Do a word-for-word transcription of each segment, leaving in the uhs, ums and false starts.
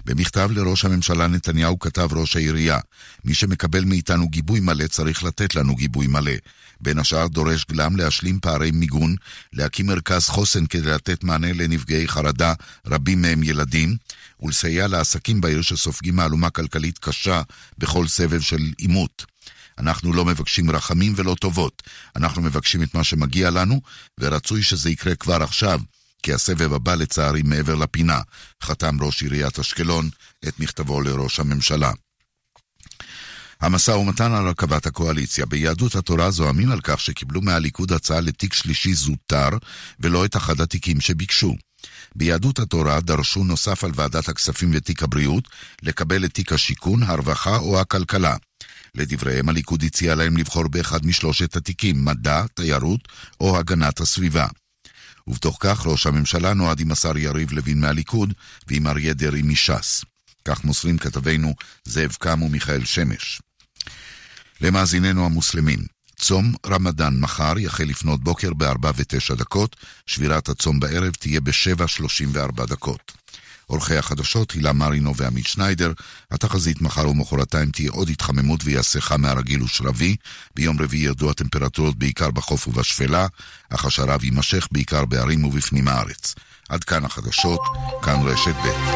במכתב לראש הממשלה נתניהו כתב ראש העירייה, מי שמקבל מאיתנו גיבוי מלא צריך לתת לנו גיבוי מלא. בין השאר דורש גלם להשלים פערי מיגון, להקים מרכז חוסן כדי לתת מענה לנפגעי חרדה, רבים מהם ילדים, ולסייע לעסקים בעיר שסופגים מהלומה כלכלית קשה בכל סבב של אימות. אנחנו לא מבקשים רחמים ולא טובות, אנחנו מבקשים את מה שמגיע לנו, ורצוי שזה יקרה כבר עכשיו, כי הסבב הבא לצערי מעבר לפינה, חתם ראש עיריית אשקלון את מכתבו לראש הממשלה. המשא ומתן על הרכבת הקואליציה. ביהדות התורה זוהמים על כך שקיבלו מהליכוד הצעה לתיק שלישי זוטר, ולא את אחד התיקים שביקשו. ביהדות התורה דרשו נוסף על ועדת הכספים ותיק הבריאות, לקבל את תיק השיקון, הרווחה או הכלכלה. לדבריהם הליכוד הציע להם לבחור באחד משלושת התיקים, מדע, תיירות או הגנת הסביבה. ובתוך כך ראש הממשלה נועד עם השר יריב לוין מהליכוד ועם אריה דרעי מש"ס. כך מוסרים כתבינו זאב קם ומיכאל שמש. למאזיננו המוסלמים, צום רמדאן מחר יחל לפנות בוקר בארבע ותשע דקות, שבירת הצום בערב תהיה בשבע שלושים וארבע דקות. עורכי החדשות הילה מרינו ועמית שניידר. התחזית מחר ומחרתיים תהיה עוד התחממות ויעשה חם מהרגיל ושרבי. ביום רביעי ירדו הטמפרטורות בעיקר בחוף ובשפלה, אך השרב יימשך בעיקר בערים ובפנים הארץ. עד כאן החדשות, כאן רשת ב'.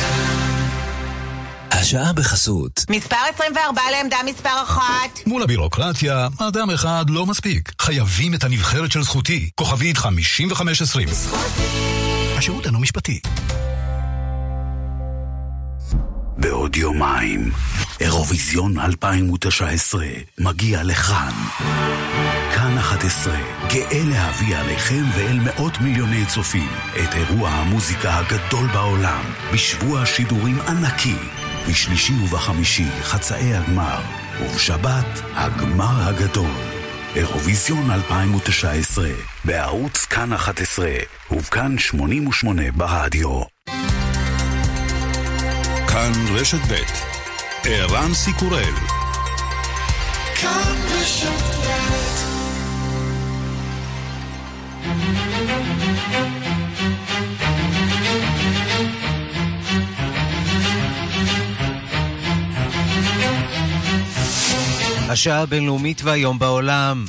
השעה בחסות. מספר עשרים וארבע לעמדה מספר אחת. מול הבירוקרטיה, אדם אחד לא מספיק. חייבים את הנבחרת של זכותי. כוכבית חמישים וחמש עשרים. זכותי. השירות אינו משפטי. בעוד יומיים, אירוויזיון אלפיים ותשע עשרה מגיע לכאן. כאן אחת עשרה גאה להביא עליכם ואל מאות מיליוני צופים את אירוע המוזיקה הגדול בעולם בשבוע שידורים ענקי. בשלישי ובחמישי חצאי הגמר, ובשבת הגמר הגדול. אירוויזיון אלפיים ותשע עשרה בערוץ כאן אחת עשרה ובכאן שמונים ושמונה ברדיו. כאן רשת ב' ערן סיקורל. כאן רשת ב'. השעה הבינלאומית והיום בעולם.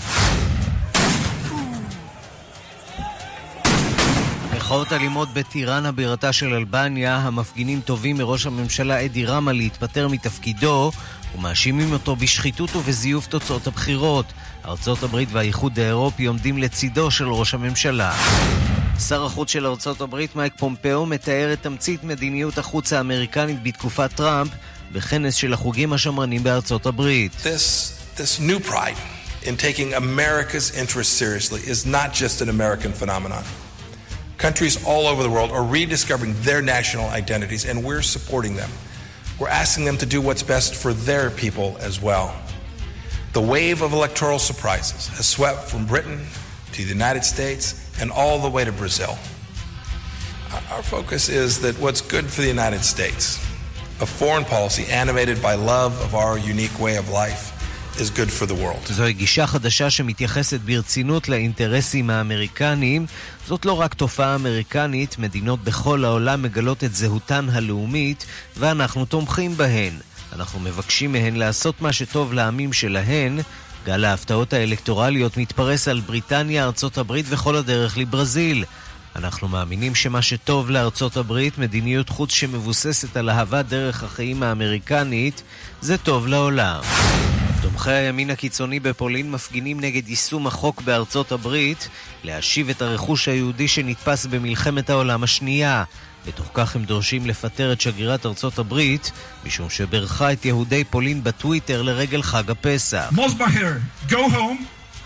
מחאות אלימות בטיראנה בירתה של אלבניה. המפגינים תובעים מראש הממשלה אדי רמה להתפטר מתפקידו ומאשימים אותו בשחיתות ובזיוף תוצאות הבחירות. ארצות הברית והאיחוד האירופי עומדים לצידו של ראש הממשלה. שר החוץ של ארצות הברית מייק פומפאו מתאר את תמצית מדיניות החוץ האמריקנית בתקופת טראמפ בכנס של החוגים השמרנים בארצות הברית. This, this new pride in taking America's interests seriously is not just an American phenomenon. Countries all over the world are rediscovering their national identities, and we're supporting them. We're asking them to do what's best for their people as well. The wave of electoral surprises has swept from Britain to the United States and all the way to Brazil. Our focus is that what's good for the United States, a foreign policy animated by love of our unique way of life, is good for the world. זוהי גישה חדשה שמתייחסת ברצינות לאינטרסים האמריקניים. זאת לא רק תופעה אמריקנית, מדינות בכל העולם מגלות את זהותן הלאומית ואנחנו תומכים בהן. אנחנו מבקשים מהן לעשות מה שטוב לעמים שלהן. גל ההפתעות האלקטורליות מתפרס על בריטניה, ארצות הברית וכל הדרך לברזיל. אנחנו מאמינים שמה שטוב לארצות הברית, מדיניות חוץ שמבוססת על אהבת דרך החיים האמריקנית, זה טוב לעולם. תומכי הימין הקיצוני בפולין מפגינים נגד יישום החוק בארצות הברית להשיב את הרכוש היהודי שנתפס במלחמת העולם השנייה. בתוך כך הם דורשים לפטר את שגרירת ארצות הברית משום שברכה את יהודי פולין בטוויטר לרגל חג הפסח. מוסבהר, go home.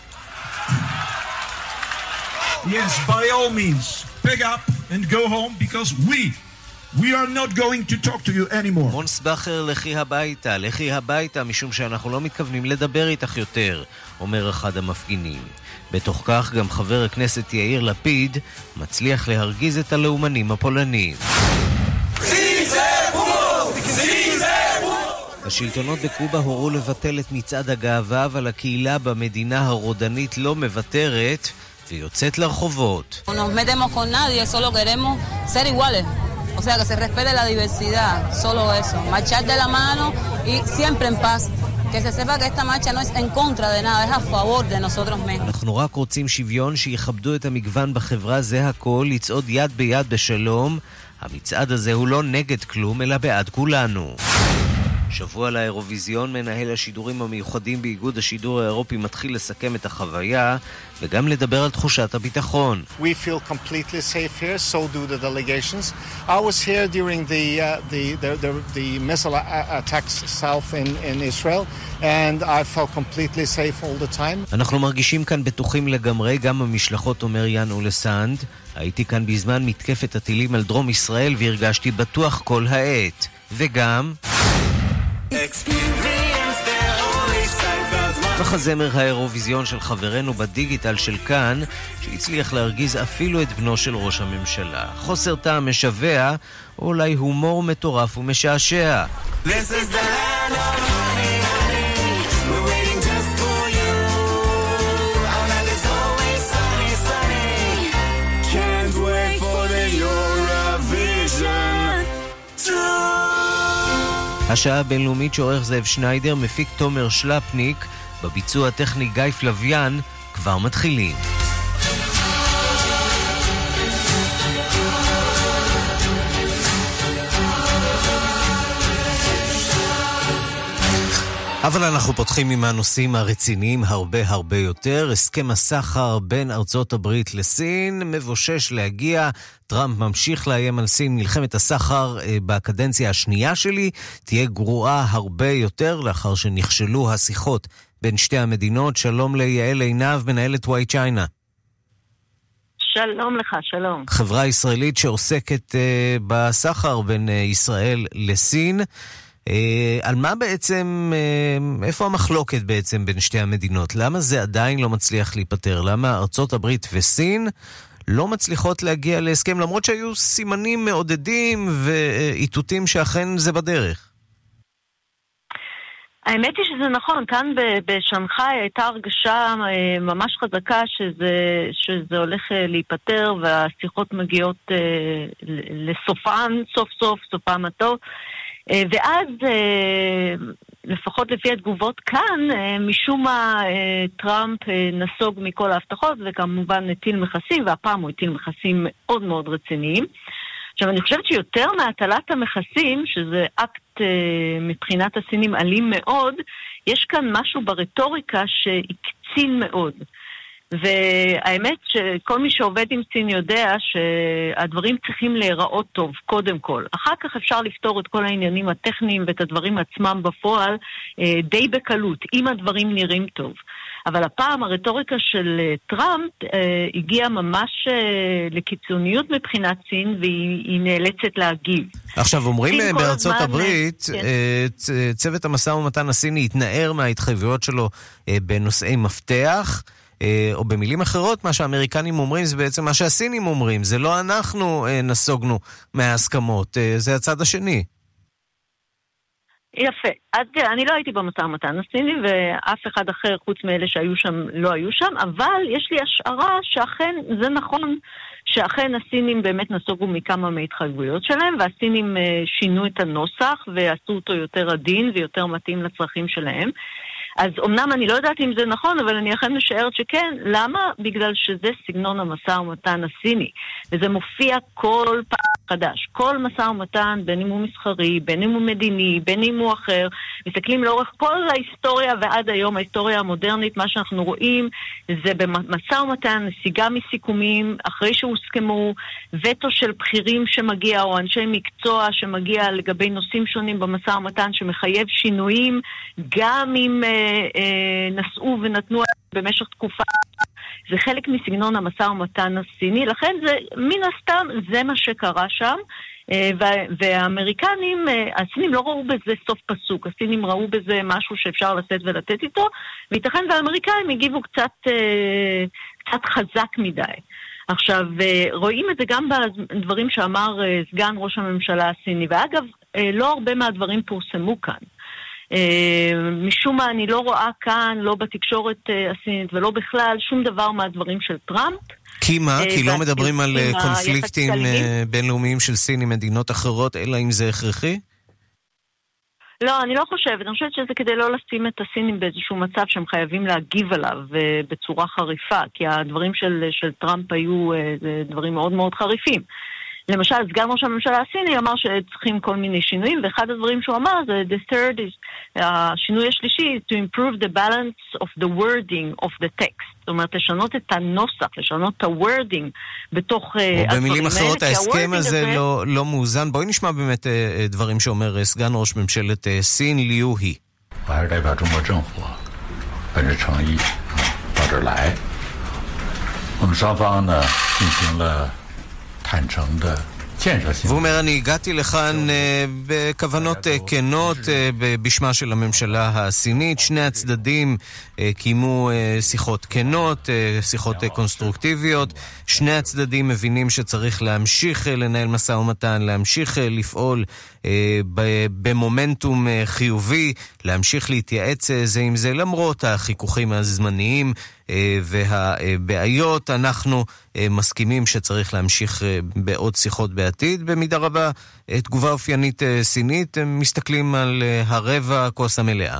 Yes, by all means, pick up and go home because we We are not going to talk to you anymore. מונסבחר, לכי הביתה, לכי הביתה, משום שאנחנו לא מתכוונים לדבר איתך יותר, אומר אחד המפגינים. בתוך כך גם חבר הכנסת יאיר לפיד מצליח להרגיז את הלאומנים הפולנים. השלטונות בקובה הורו לבטל את מצעד הגאווה, אבל הקהילה במדינה הרודנית לא מוותרת ויוצאת לרחובות. Nos metemos con nadie, solo queremos ser iguales. O sea, que se respete la diversidad, solo eso. Marchar de la mano y siempre en paz. Que se sepa que esta marcha no es en contra de nada, es a favor de nosotros mismos. אנחנו רק רוצים שוויון, שיכבדו את המגוון בחברה, זה הכל, לצעוד יד ביד בשלום. המצעד הזה הוא לא נגד כלום, אלא בעד כולנו. שבוע לאירוויזיון, מנהל השידורים המיוחדים באיגוד השידור האירופי מתחיל לסכם את החוויה וגם לדבר על תחושת הביטחון. We feel completely safe here, so do the delegations. I was here during the uh, the, the the the missile attacks south in in Israel and I felt completely safe all the time. אנחנו מרגישים כאן בטוחים לגמרי, גם המשלחות אומר יאן אולסנד. הייתי כאן בזמן מתקפת הטילים על דרום ישראל והרגשתי בטוח כל העת. וגם מחזמר האירוויזיון של חברנו בדיגיטל של כאן, שהצליח להרגיז אפילו את בנו של ראש הממשלה. חוסר טעם משווה, או אולי הומור מטורף ומשעשע. This is the land of honey, honey. We're waiting just for you. Our land is always sunny, sunny. Can't wait for the Eurovision tour. השעה הבינלאומית שעורך זאב שניידר, מפיק תומר שלפניק, בביצוע הטכני גיא פלוויאן, כבר מתחילים. אבל אנחנו פותחים עם הנושאים הרציניים הרבה הרבה יותר. הסכם הסחר בין ארצות הברית לסין מבושש להגיע. טראמפ ממשיך לאיים על סין. מלחמת הסחר בקדנציה השנייה שלי תהיה גרועה הרבה יותר לאחר שנכשלו השיחות בין שתי המדינות. שלום ליעל עינב, מנהלת וואי צ'יינה. שלום לך, שלום. חברה ישראלית שעוסקת uh, בסחר בין uh, ישראל לסין. Uh, על מה בעצם, uh, איפה המחלוקת בעצם בין שתי המדינות? למה זה עדיין לא מצליח להיפטר? למה ארצות הברית וסין לא מצליחות להגיע להסכם, למרות שהיו סימנים מעודדים ואיתותים שאכן זה בדרך? האמת היא שזה נכון, כאן בשנגחאי הייתה הרגשה ממש חזקה שזה, שזה הולך להיפטר והשיחות מגיעות לסופן, סוף סוף, סופם הטוב. ואז, לפחות לפי התגובות כאן, משום מה טראמפ נסוג מכל ההבטחות וכמובן הטיל מכסים, והפעם הוא הטיל מכסים מאוד מאוד רציניים. עכשיו, אני חושבת שיותר מהטלת המכסים, שזה אקט מבחינת הסינים אלים מאוד, יש כאן משהו ברטוריקה שהקצין מאוד. והאמת שכל מי שעובד עם סין יודע שהדברים צריכים להיראות טוב, קודם כל. אחר כך אפשר לפתור את כל העניינים הטכניים ואת הדברים עצמם בפועל די בקלות, אם הדברים נראים טוב. אבל הפעם הרטוריקה של טראמפ אה, הגיעה ממש אה, לקיצוניות מבחינת סין, והיא נאלצת להגיב. עכשיו אומרים בארצות הברית, כן. אה, צוות המשא ומתן הסיני התנער מההתחייבויות שלו אה, בנושאי מפתח, אה, או במילים אחרות, מה שהאמריקנים אומרים זה בעצם מה שהסינים אומרים, זה לא אנחנו אה, נסוגנו מההסכמות, אה, זה הצד השני. יפה. אז אני לא הייתי במשא ומתן הסיני, ואף אחד אחר חוץ מאלה שהיו שם לא היו שם, אבל יש לי השערה שאכן זה נכון, שאכן הסינים באמת נסוגו מכמה מהתחייבויות שלהם, והסינים שינו את הנוסח ועשו אותו יותר עדין ויותר מתאים לצרכים שלהם. אז אמנם אני לא יודעת אם זה נכון, אבל אני אכן משערת שכן. למה? בגלל שזה סגנון המשא ומתן הסיני. וזה מופיע כל פעם חדש. כל משא ומתן, בין אם הוא מסחרי, בין אם הוא מדיני, בין אם הוא אחר. מסתכלים לאורך כל ההיסטוריה ועד היום, ההיסטוריה המודרנית, מה שאנחנו רואים זה במשא ומתן, נסיגה מסיכומים, אחרי שהוסכמו, וטו של בכירים שמגיע, או אנשי מקצוע שמגיע לגבי נושאים שונים במשא ומתן, שמחייב שינויים, גם אם נסעו ונתנו במשך תקופה. זה חלק מסגנון המשא ומתן הסיני, לכן זה מן הסתם זה מה שקרה שם, והאמריקנים, הסינים לא ראו בזה סוף פסוק, הסינים ראו בזה משהו שאפשר לשאת ולתת איתו, וייתכן והאמריקאים הגיבו קצת, קצת חזק מדי. עכשיו, רואים את זה גם בדברים שאמר סגן ראש הממשלה הסיני, ואגב, לא הרבה מהדברים פורסמו כאן. משום מה אני לא רואה כאן, לא בתקשורת הסינית ולא בכלל, שום דבר מהדברים של טראמפ. כי מה? כי לא מדברים על קונפליקטים בינלאומיים של סין עם מדינות אחרות, אלא אם זה הכרחי? לא, אני לא חושבת. אני חושבת שזה כדי לא לשים את הסינים באיזשהו מצב שהם חייבים להגיב עליו בצורה חריפה, כי הדברים של, של טראמפ היו דברים מאוד מאוד חריפים. למשל, סגן ראש הממשלה הסיני אמר שצריכים כל מיני שינויים, ואחד הדברים שהוא אמר זה the third is, השינוי השלישי is to improve the balance of the wording of the text. זאת אומרת, לשנות את הנוסח, לשנות את ה-wording בתוך הדברים האלה. במילים אחרות, ההסכם הזה לא, לא מאוזן. בואי נשמע באמת דברים שאומר סגן ראש ממשלת סין, ליו הי. 我还是代表中国政府本着诚意到这儿来，我们双方呢进行了 והוא אומר, אני הגעתי לכאן בכוונות כנות בשמה של הממשלה הסינית. שני הצדדים קיימו שיחות כנות, שיחות קונסטרוקטיביות. שני הצדדים מבינים שצריך להמשיך לנהל משא ומתן, להמשיך לפעול במומנטום חיובי, להמשיך להתייעץ זה עם זה, למרות החיכוכים הזמניים והבעיות. אנחנו מסכימים שצריך להמשיך בעוד שיחות בעתיד. במידה רבה תגובה אופיינית סינית, הם מסתכלים על הרבע כוס המלאה.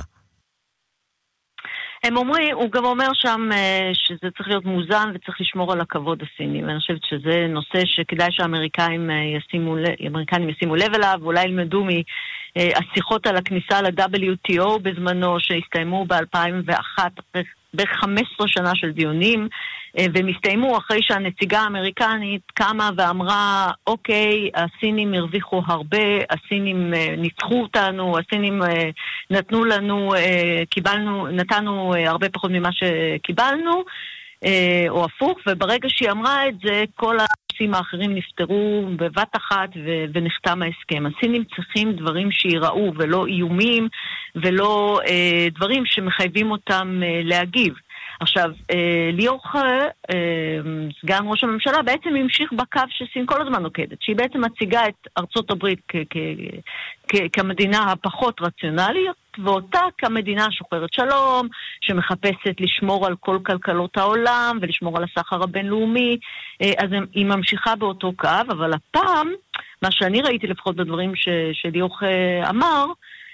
הם אומרים, הוא גם אומר שם שזה צריך להיות מאוזן וצריך לשמור על הכבוד הסיני, ואני חושבת שזה נושא שכדאי שהאמריקאים ישימו, האמריקאים ישימו לב אליו, ואולי ילמדו מהשיחות על הכניסה ל-דאבליו טי או בזמנו שהסתיימו ב-אלפיים ואחת, אחרי בערך חמש עשרה שנה של דיונים, והם הסתיימו אחרי שהנציגה האמריקנית קמה ואמרה, אוקיי, הסינים הרוויחו הרבה, הסינים ניצחו אותנו, הסינים נתנו לנו, קיבלנו, נתנו הרבה פחות ממה שקיבלנו, או הפוך, וברגע שהיא אמרה את זה, כל הנושאים האחרים נפטרו בבת אחת ו- ונחתם ההסכם. הסינים צריכים דברים שיראו ולא איומים ולא אה, דברים שמחייבים אותם אה, להגיב. עכשיו, אה, ליאור חרה, אה, סגן ראש הממשלה, בעצם המשיך בקו שסין כל הזמן נוקדת, שהיא בעצם מציגה את ארצות הברית כ- כ- כ- כמדינה הפחות רציונלית, ואותה כמדינה שוחרת שלום, שמחפשת לשמור על כל כלכלות העולם, ולשמור על הסחר הבינלאומי, אז היא ממשיכה באותו קו, אבל הפעם, מה שאני ראיתי לפחות בדברים שליאור אמר,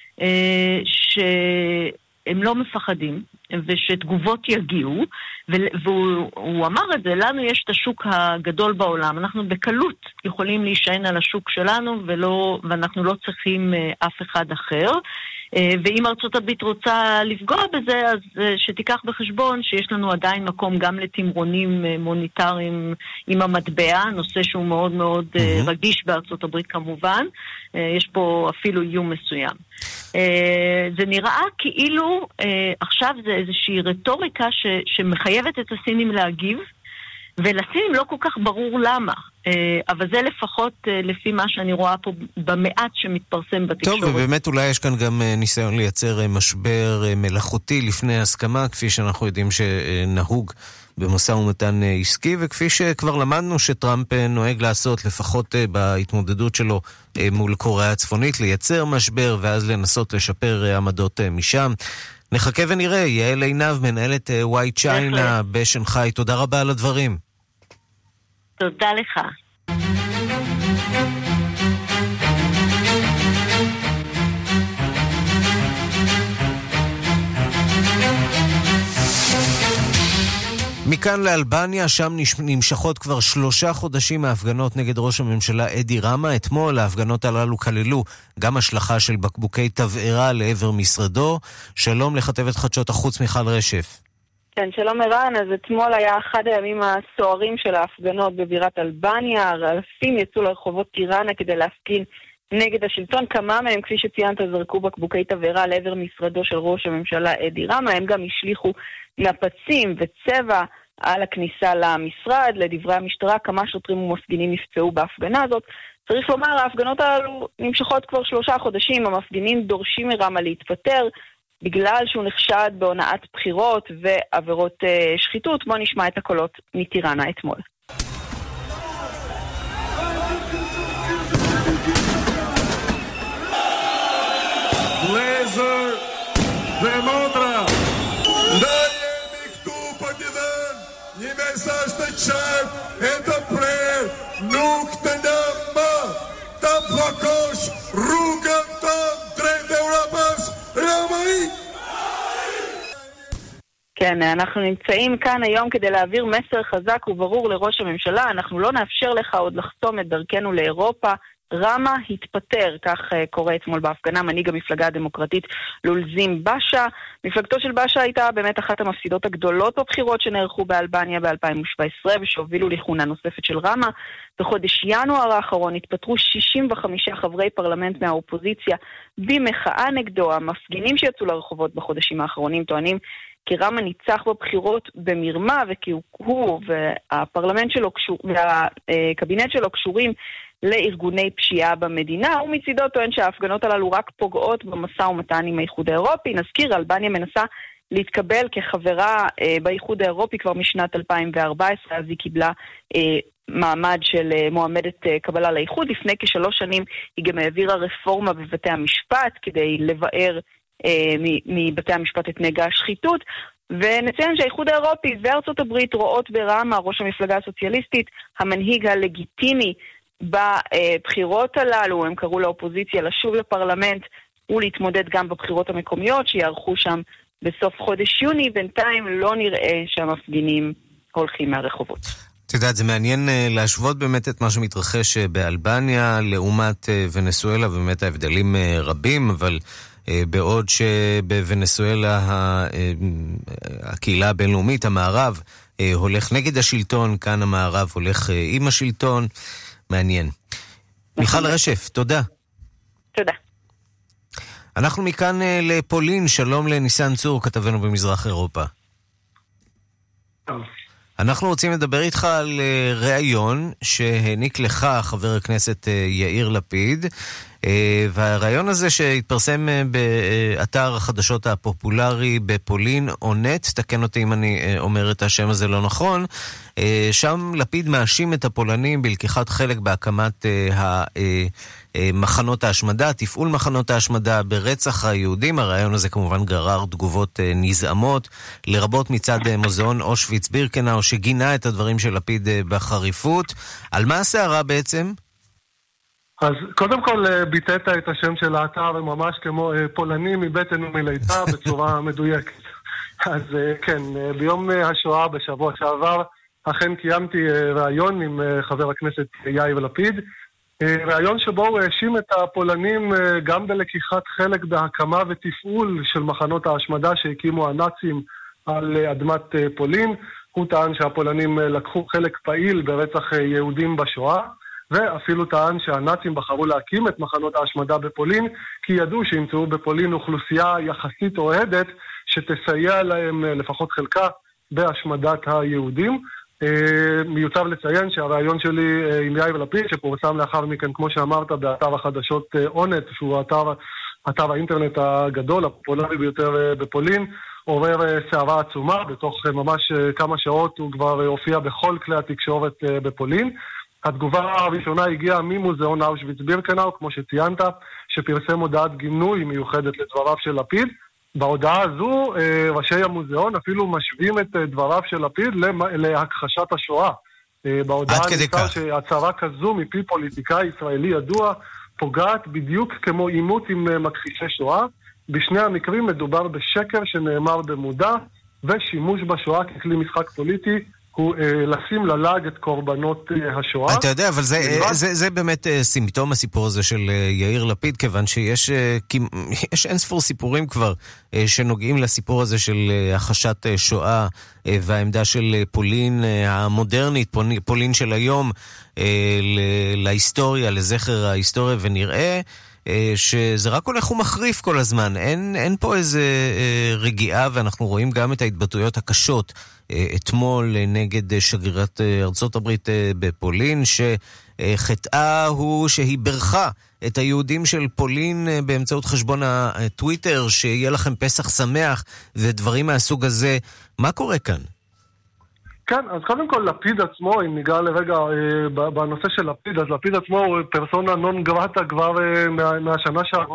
שהם לא מפחדים, ושתגובות יגיעו, והוא אמר את זה, לנו יש את השוק הגדול בעולם, אנחנו בקלות יכולים להישען על השוק שלנו, ולא, ואנחנו לא צריכים אף אחד אחר, ואם ארצות הברית רוצה לפגוע בזה, אז שתיקח בחשבון שיש לנו עדיין מקום גם לתמרונים מוניטריים עם המטבע, נושא שהוא מאוד מאוד mm-hmm. רגיש בארצות הברית כמובן, יש פה אפילו איום מסוים. זה נראה כאילו עכשיו זה איזושהי רטוריקה ש, שמחייבת את הסינים להגיב, ולסינים לא כל כך ברור למה. אבל זה לפחות לפי מה שאני רואה פה במעט שמתפרסם בתקשורת. טוב, ובאמת אולי יש כאן גם ניסיון לייצר משבר מלאכותי לפני הסכמה, כפי שאנחנו יודעים שנהוג במשא ומתן עסקי, וכפי שכבר למדנו שטראמפ נוהג לעשות, לפחות בהתמודדות שלו מול קוריאה הצפונית, לייצר משבר ואז לנסות לשפר עמדות משם. נחכה ונראה. יעל עינב, מנהלת ווייט צ'יינה בשנגחאי, תודה רבה על הדברים. תודה לך. מכאן לאלבניה, שם נמשכות כבר שלושה חודשים ההפגנות נגד ראש הממשלה אדי רמה. אתמול ההפגנות הללו כללו גם השלכה של בקבוקי תבערה לעבר משרדו. שלום לכתבת חדשות החוץ מיכל רשף. כן, שלום ערן. אז אתמול היה אחד הימים הסוערים של ההפגנות בבירת אלבניה. אלפים יצאו לרחובות טיראנה כדי להפגין נגד השלטון. כמה מהם, כפי שציינת, זרקו בקבוקי תבערה לעבר משרדו של ראש הממשלה אדי רמה. הם גם השליחו נפצים וצבע על הכניסה למשרד. לדברי המשטרה, כמה שוטרים ומפגינים נפצעו בהפגנה הזאת. צריך לומר, ההפגנות הללו נמשכות כבר שלושה חודשים. המפגינים דורשים מרמה להתפטר בגלל שהוא נחשד בהונאת בחירות ועבירות uh, שחיתות. בוא נשמע את הקולות מטיראנה אתמול. Laser זה מאוד רע. Далее никто победан, не место чай, это прер, нукта дамма, там плакош, руган там, трен דאורבס, רמאי. כן, אנחנו נמצאים כאן היום כדי להעביר מסר חזק וברור לראש הממשלה. אנחנו לא נאפשר לך עוד לחסום את דרכנו לאירופה. רמה התפטר, כך קורא אתמול בהפגנה מנהיג המפלגה הדמוקרטית לולזים באשה. מפלגתו של באשה הייתה באמת אחת המפסידות הגדולות בבחירות שנערכו באלבניה ב-אלפיים שבע עשרה ושהובילו לכהונה נוספת של רמה. בחודש ינואר האחרון התפטרו שישים וחמישה חברי פרלמנט מהאופוזיציה במחאה נגדו. המפגינים שיצאו לרחובות בחודשים האחרונים טוענים כי רמה ניצח בבחירות במרמה וכי הוא והפרלמנט שלו והקבינט שלו קשורים לארגוני פשיעה במדינה. הוא מצידו טוען שההפגנות הללו רק פוגעות במשא ומתן עם האיחוד האירופי. נזכיר, אלבניה מנסה להתקבל כחברה אה, באיחוד האירופי כבר משנת אלפיים וארבע עשרה, אז היא קיבלה אה, מעמד של אה, מועמדת אה, קבלה לאיחוד. לפני כשלוש שנים היא גם העבירה רפורמה בבתי המשפט כדי לבאר אה, מבתי המשפט את נגע השחיתות. ונציין שהאיחוד האירופי וארצות הברית רואות ברמה, ראש המפלגה הסוציאליסטית, המנהיג הלגיטימי בבחירות הללו. הם קראו לאופוזיציה לשוב לפרלמנט ולהתמודד גם בבחירות המקומיות שיערכו שם בסוף חודש יוני. בינתיים לא נראה שהמפגינים הולכים מהרחובות. את יודעת, זה מעניין להשוות באמת את מה שמתרחש באלבניה לעומת ונסואלה, באמת ההבדלים רבים, אבל בעוד שבוונצואלה הקהילה הבינלאומית, המערב, הולך נגד השלטון, כאן המערב הולך עם השלטון. מעניין. מיכל רשף, תודה. תודה. אנחנו מכאן לפולין, שלום לניסן צור, כתבנו במזרח אירופה. אנחנו רוצים לדבר איתך על ראיון שהעניק לך חבר הכנסת יאיר לפיד, והראיון הזה שהתפרסם באתר החדשות הפופולרי בפולין, אונט, תקן אותי אם אני אומר את השם הזה לא נכון, שם לפיד מאשים את הפולנים בלקיחת חלק בהקמת מחנות ההשמדה, תפעול מחנות ההשמדה ברצח היהודים. הראיון הזה כמובן גרר תגובות נזעמות, לרבות מצד מוזיאון אושוויץ בירקנאו שגינה את הדברים של לפיד בחריפות. על מה הסערה בעצם? אז קודם כל ביטאת את השם של האתר ממש כמו פולני מבטן ומלידה בצורה מדויקת. אז כן, ביום השואה בשבוע שעבר אכן קיימתי ראיון עם חבר הכנסת יאיר לפיד, ראיון שבו הוא האשים את הפולנים גם בלקיחת חלק בהקמה ותפעול של מחנות ההשמדה שהקימו הנאצים על אדמת פולין. הוא טען שהפולנים לקחו חלק פעיל ברצח יהודים בשואה, ואפילו טען שהנאצים בחרו להקים את מחנות ההשמדה בפולין, כי ידעו שימצאו בפולין אוכלוסייה יחסית אוהדת שתסייע להם לפחות חלקה בהשמדת היהודים. מיוצב לציין שהרעיון שלי עם יאיר לפיד, שפורסם לאחר מכן, כמו שאמרת, באתר החדשות אונט, שהוא אתר, אתר האינטרנט הגדול, הפופולרי ביותר בפולין, עורר סערה עצומה. בתוך ממש כמה שעות הוא כבר הופיע בכל כלי התקשורת בפולין. התגובה הראשונה הגיעה ממוזיאון אושוויץ בירקנאו, כמו שציינת, שפרסם הודעת גינוי מיוחדת לדבריו של לפיד. בהודעה הזו, ראשי המוזיאון אפילו משווים את דבריו של לפיד להכחשת השואה. בהודעה נמצא שהצהרה כזו מפי פוליטיקאי ישראלי ידוע פוגעת בדיוק כמו עימות עם מכחישי שואה. בשני המקרים מדובר בשקר שנאמר במודע, ושימוש בשואה ככלי משחק פוליטי הוא אה, לשים ללג את קורבנות אה, השואה. אתה יודע, אבל זה, אה, זה, זה באמת אה, סימפטום הסיפור הזה של אה, יאיר לפיד, כיוון שיש אה, יש אין ספור סיפורים כבר אה, שנוגעים לסיפור הזה של אה, החשת אה, שואה אה, והעמדה של אה, פולין אה, המודרנית, פולין, פולין של היום, אה, ל- להיסטוריה, לזכר ההיסטוריה, ונראה אה, שזה רק הולך ומחריף כל הזמן. אין, אין פה איזה אה, רגיעה, ואנחנו רואים גם את ההתבטאויות הקשות אתמול נגד שגרירת ארצות הברית בפולין, שחטאה הוא שהיא ברכה את היהודים של פולין באמצעות חשבון הטוויטר, שיהיה לכם פסח שמח ודברים מהסוג הזה. מה קורה כאן? כן, אז קודם כל לפיד עצמו, אם ניגע לרגע בנושא של לפיד, אז לפיד עצמו הוא פרסונה נון גרטה כבר מה, מהשנה שעברה,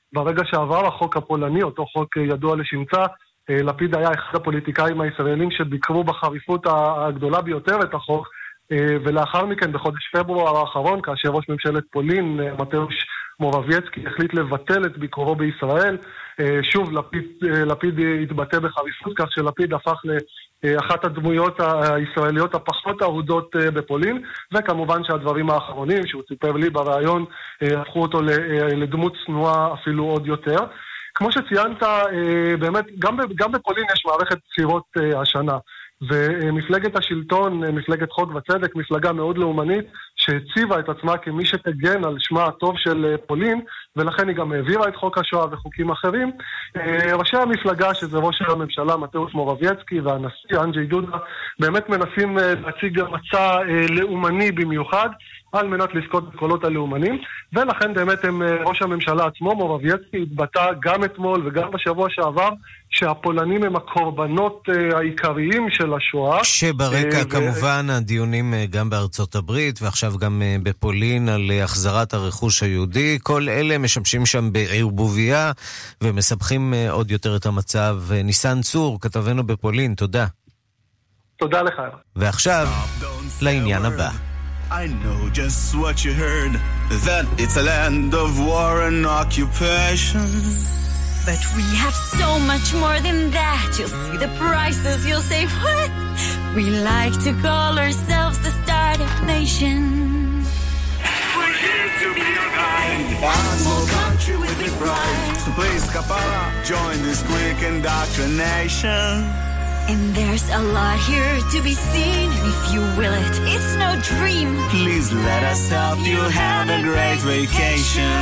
ברגע שעבר החוק הפולני, אותו חוק ידוע לשמצה, לפיד היה אחד הפוליטיקאים הישראלים שביקרו בחריפות הגדולה ביותר את החוק, ולאחר מכן בחודש פברואר האחרון, כאשר ראש ממשלת פולין, מתאוש מורבייצקי, החליט לבטל את ביקורו בישראל, שוב לפיד, לפיד התבטא בחריפות, כך שלפיד הפך לאחת הדמויות הישראליות הפחות אהודות בפולין, וכמובן שהדברים האחרונים שהוא סיפר לי ברעיון הפכו אותו לדמות צנועה אפילו עוד יותר. כמו שציינת, באמת, גם, גם בפולין יש מערכת בחירות השנה, ומפלגת השלטון, מפלגת חוק וצדק, מפלגה מאוד לאומנית, שהציבה את עצמה כמי שתגן על שמה הטוב של פולין, ולכן היא גם העבירה את חוק השואה וחוקים אחרים. ראשי המפלגה, שזה ראש הממשלה מתאוש מורבייצקי והנשיא אנג'י דודה, באמת מנסים להציג מצע לאומני במיוחד, על מנת לזכות בקולות הלאומנים, ולכן באמת הם, ראש הממשלה עצמו, מורבייצקי, התבטא גם אתמול וגם בשבוע שעבר, שהפולנים הם הקורבנות העיקריים של השואה. שברקע ו... כמובן הדיונים גם בארצות הברית, ועכשיו גם בפולין על החזרת הרכוש היהודי, כל אלה משמשים שם בערבוביה, ומסבכים עוד יותר את המצב. ניסן צור, כתבנו בפולין, תודה. תודה לך. ועכשיו, לעניין הבא. I know just what you heard, that it's a land of war and occupation. But we have so much more than that. You'll see the prices, you'll say, what? We like to call ourselves the startup nation. We're here to be your guide, a small country with big pride. So please, Kapara, join this quick indoctrination. And there's a lot here to be seen, and if you will it, it's no dream. Please let us help you have a great vacation.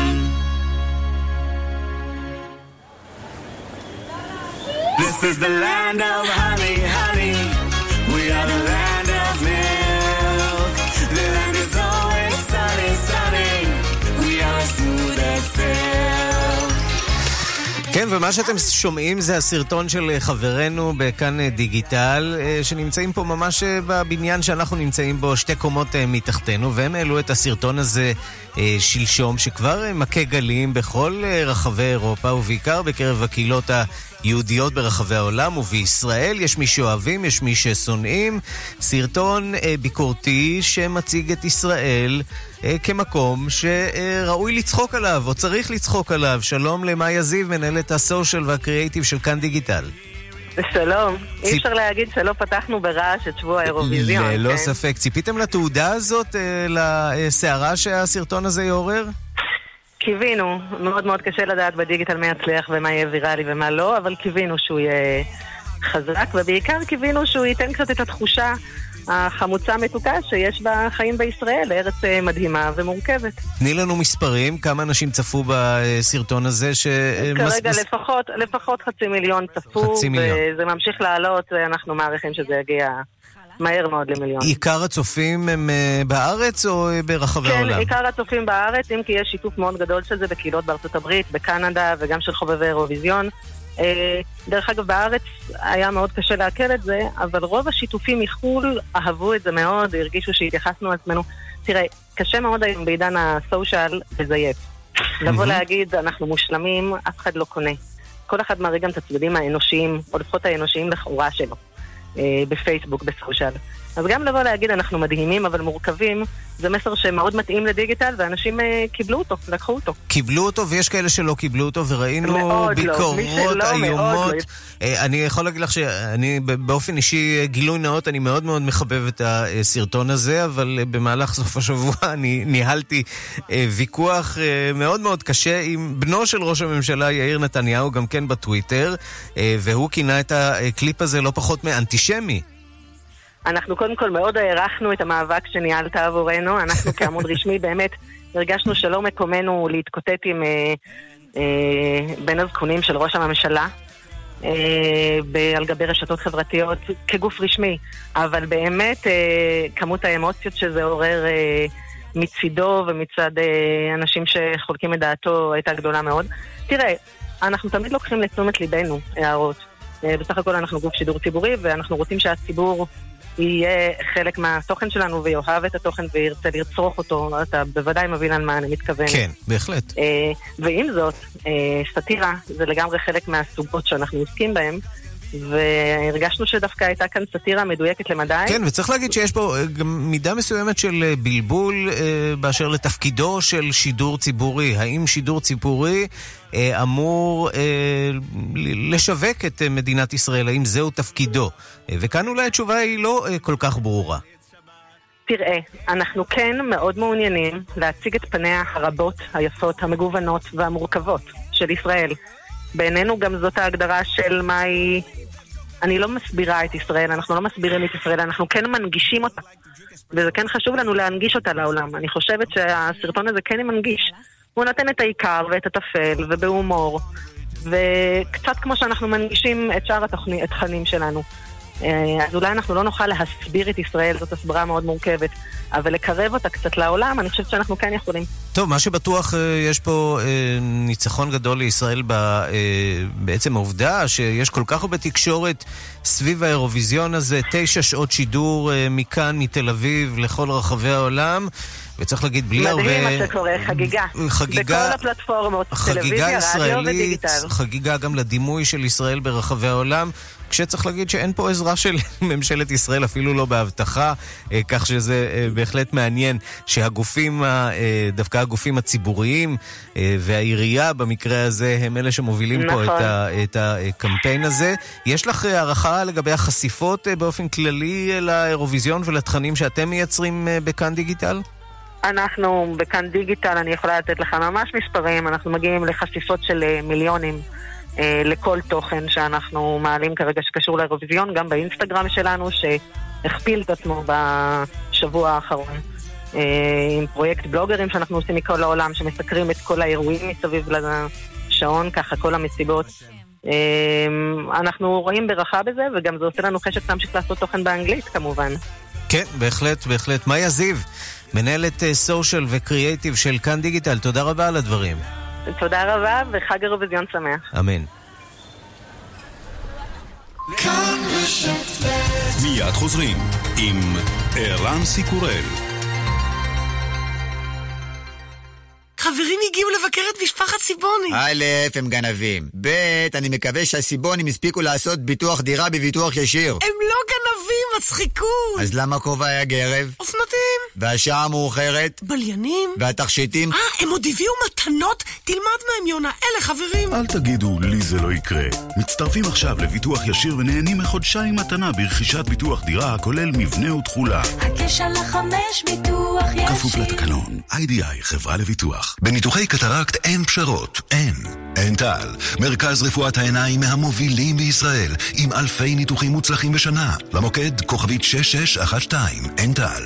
This is the land of honey, honey. We are the land of milk. The land is always sunny, sunny. We are as smooth as silk. כן, ומה שאתם שומעים זה הסרטון של חברנו בכאן דיגיטל, שנמצאים פה ממש בבניין שאנחנו נמצאים בו שתי קומות מתחתנו, והם העלו את הסרטון הזה שלשום, שכבר מכה גלים בכל רחבי אירופה, ובעיקר בקרב הקהילות היהודיות ברחבי העולם, ובישראל יש מי שאוהבים, יש מי ששונאים. סרטון ביקורתי שמציג את ישראל כמקום שראוי לצחוק עליו, או צריך לצחוק עליו. שלום למאיה זיו, מנהלת הסושיאל והקריאייטיב של כאן דיגיטל. שלום. אי אפשר להגיד שלא פתחנו ברעש את שבוע האירוויזיון. ללא ספק. ציפיתם לתעודה הזאת, לסערה שהסרטון הזה יעורר? קיווינו. מאוד מאוד קשה לדעת בדיגיטל מה יצליח ומה יהיה ויראלי ומה לא, אבל קיווינו שהוא יהיה חזק, ובעיקר קיווינו שהוא ייתן קצת את התחושה החמוצה מתוקה שיש בחיים בישראל, ארץ מדהימה ומורכבת. תני לנו מספרים, כמה אנשים צפו בסרטון הזה? ש... כרגע מס... לפחות, לפחות חצי מיליון צפו, חצי מיליון. וזה ממשיך לעלות, אנחנו מעריכים שזה יגיע מהר מאוד למיליון. עיקר הצופים הם בארץ או ברחבי כן, העולם? כן, עיקר הצופים בארץ, אם כי יש שיתוף מאוד גדול של זה בקהילות בארצות הברית, בקנדה וגם של חובבי אירוויזיון. דרך אגב, בארץ היה מאוד קשה להכיר את זה, אבל רוב השיתופים מחול אהבו את זה מאוד, הרגישו שהתייחסנו על עצמנו. תראה, קשה מאוד היום בעידן הסושיאל לזייף. לבוא להגיד, אנחנו מושלמים, אף אחד לא קונה. כל אחד מראה גם את הצדדים האנושיים, או לפחות האנושיים לכאורה שלו, בפייסבוק, בסושיאל. אז גם לבוא להגיד, אנחנו מדהימים אבל מורכבים, זה מסר שמאוד מתאים לדיגיטל, ואנשים uh, קיבלו אותו, לקחו אותו. קיבלו אותו, ויש כאלה שלא קיבלו אותו, וראינו ביקורות לא, איומות. לא. אני יכול להגיד לך שאני באופן אישי גילוי נאות, אני מאוד מאוד מחבב את הסרטון הזה, אבל במהלך סוף השבוע אני ניהלתי ויכוח מאוד מאוד קשה עם בנו של ראש הממשלה יאיר נתניהו, גם כן בטוויטר, והוא כינה את הקליפ הזה לא פחות מאנטישמי. אנחנו קודם כל מאוד הערכנו את המאבק שניהלת עבורנו, אנחנו כעמוד רשמי באמת הרגשנו שלא מקומנו להתקוטט עם אה, אה, בין הזקונים של ראש הממשלה אה, על גבי רשתות חברתיות כגוף רשמי, אבל באמת אה, כמות האמוציות שזה עורר אה, מצידו ומצד אה, אנשים שחולקים את דעתו הייתה גדולה מאוד. תראה, אנחנו תמיד לוקחים לתשומת ליבנו הערות, אה, בסך הכל אנחנו גוף שידור ציבורי ואנחנו רוצים שהציבור יהיה חלק מהתוכן שלנו ויאהב את התוכן וירצה לצרוך אותו, אתה בוודאי מבין על מה אני מתכוון. כן, בהחלט. ועם זאת, סאטירה זה לגמרי חלק מהסוגות שאנחנו עוסקים בהם, והרגשנו שדווקא הייתה כאן סאטירה מדויקת למדי. כן, וצריך להגיד שיש פה גם מידה מסוימת של בלבול באשר לתפקידו של שידור ציבורי. האם שידור ציבורי אמור לשווק את מדינת ישראל? האם זהו תפקידו? וכאן אולי התשובה היא לא כל כך ברורה. תראה, אנחנו כן מאוד מעוניינים להציג את פניה הרבות, היפות, המגוונות והמורכבות של ישראל. בעינינו גם זאת ההגדרה של מהי... אני לא מסבירה את ישראל, אנחנו לא מסבירים את ישראל, אנחנו כן מנגישים אותה. וזה כן חשוב לנו להנגיש אותה לעולם. אני חושבת שהסרטון הזה כן מנגיש. הוא נותן את העיקר ואת התפל ובהומור. וקצת כמו שאנחנו מנגישים את שאר התכנים שלנו. אז אולי אנחנו לא נוכל להסביר את ישראל, זאת הסברה מאוד מורכבת, אבל לקרב אותה קצת לעולם, אני חושבת שאנחנו כן יכולים. טוב, מה שבטוח יש פה ניצחון גדול לישראל בעצם העובדה שיש כל כך הרבה תקשורת סביב האירוויזיון הזה, תשע שעות שידור מכאן, מתל אביב, לכל רחבי העולם, וצריך להגיד בלי הרבה... מדהים מה שקורה, חגיגה. חגיגה... בכל הפלטפורמות, טלוויזיה, רדיו ודיגיטל. חגיגה גם לדימוי של ישראל ברחבי העולם, כשצריך להגיד שאין פה עזרה של ממשלת ישראל, אפילו לא בהבטחה, כך שזה בהחלט מעניין שהגופים, דווקא הגופים הציבוריים והעירייה במקרה הזה, הם אלה שמובילים נכון. פה את, ה, את הקמפיין הזה. יש לך הערכה לגבי החשיפות באופן כללי לאירוויזיון ולתכנים שאתם מייצרים בכאן דיגיטל? אנחנו בכאן דיגיטל, אני יכולה לתת לך ממש מספרים, אנחנו מגיעים לחשיפות של מיליונים לכל תוכן שאנחנו מעלים כרגע שקשור לאירוויזיון, גם באינסטגרם שלנו שהכפיל את עצמו בשבוע האחרון, עם פרויקט בלוגרים שאנחנו עושים מכל העולם שמסקרים את כל האירועים מסביב לשעון, ככה כל המסיבות. אנחנו רואים ברכה בזה, וגם זה עושה לנו חשק להמשיך לעשות תוכן באנגלית כמובן. כן, בהחלט, בהחלט. מאיה זיו, מנהלת סושיאל וקריאייטיב של כאן דיגיטל, תודה רבה על הדברים. תודה רבה וחג אירוויזיון שמח. אמן. מיד חוזרים עם ערן סיקורל. חברים הגיעו לבקר את משפחת סיבוני. א', הם גנבים. ב', אני מקווה שהסיבונים הספיקו לעשות ביטוח דירה בביטוח ישיר. הם לא גנבים, מצחיקו. אז למה כובע היה גרב? אופנותים. והשעה המאוחרת? בליינים. והתכשיטים? אה, הם עוד הביאו מתנות? תלמד מהם יונה, אלה חברים. אל תגידו, לי זה לא יקרה. מצטרפים עכשיו לביטוח ישיר ונהנים מחודשיים מתנה ברכישת ביטוח דירה הכולל מבנה ותחולה. הקשר לחמש ביטוח ישיר. כפוף לתקנון. איי די איי חברה לביטוח. בניתוחי קטרקט אין פשרות, אין. אין טל, מרכז רפואת העיניים מהמובילים בישראל, עם אלפי ניתוחים מוצלחים בשנה. למוקד כוכבית שש שש אחת שתיים, אין טל.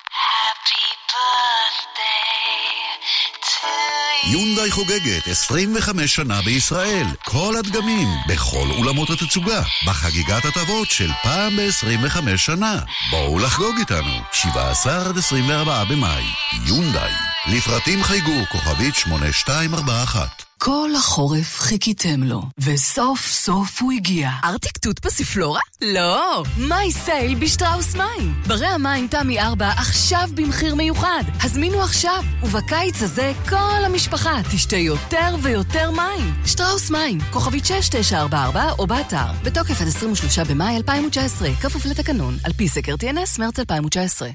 יונדאי חוגגת עשרים וחמש שנה בישראל. כל הדגמים, בכל אולמות התצוגה, בחגיגת הטבות של פעם ב-עשרים וחמש שנה. בואו לחגוג איתנו, שבעה עשר עד עשרים וארבעה במאי. יונדאי. לפרטים חייגו כוכבית שמונה שתיים ארבע אחת. כל החורף חיכיתם לו, וסוף סוף הוא הגיע. ארטיק תות פסיפלורה? לא! מי סייל בשטראוס מים. ברי המים תמי ארבע עכשיו במחיר מיוחד. הזמינו עכשיו, ובקיץ הזה כל המשפחה תשתה יותר ויותר מים. שטראוס מים, כוכבית שש תשע ארבע ארבע או באתר. בתוקף עד עשרים ושלושה במאי אלפיים תשע עשרה, כפוף לתקנון, על פי סקר טי אן אס מרץ אלפיים תשע עשרה.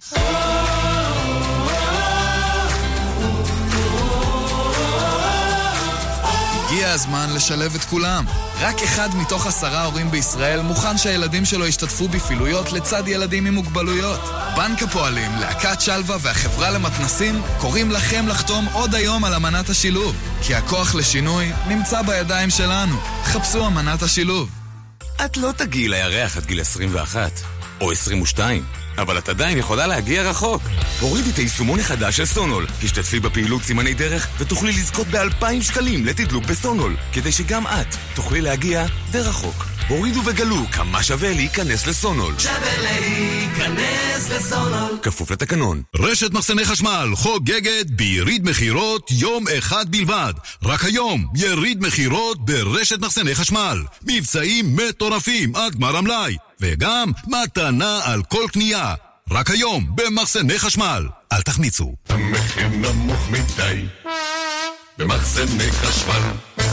הגיע הזמן לשלב את כולם. רק אחד מתוך עשרה הורים בישראל מוכן שהילדים שלו ישתתפו בפעילויות לצד ילדים עם מוגבלויות. בנק הפועלים, להקת שלווה והחברה למתנסים קוראים לכם לחתום עוד היום על אמנת השילוב. כי הכוח לשינוי נמצא בידיים שלנו. חפשו אמנת השילוב. את לא תגיעי לירח עד גיל עשרים ואחת או עשרים ושתיים, אבל את עדיין יכולה להגיע רחוק. הורידי את היישומון החדש של סונול, השתתפי בפעילות סימני דרך ותוכלי לזכות באלפיים שקלים לתדלוק בסונול, כדי שגם את תוכלי להגיע די רחוק. הורידו וגלו כמה שווה להיכנס לסונול. שווה להיכנס לסונול. כפוף לתקנון. רשת מחסני חשמל חוגגת ביריד מחירות יום אחד בלבד. רק היום יריד מחירות ברשת מחסני חשמל. מבצעים מטורפים עד גמר המלאי. וגם מתנה על כל קנייה. רק היום במחסני חשמל. אל תחמיצו. המחיר נמוך מדי במחסני חשמל.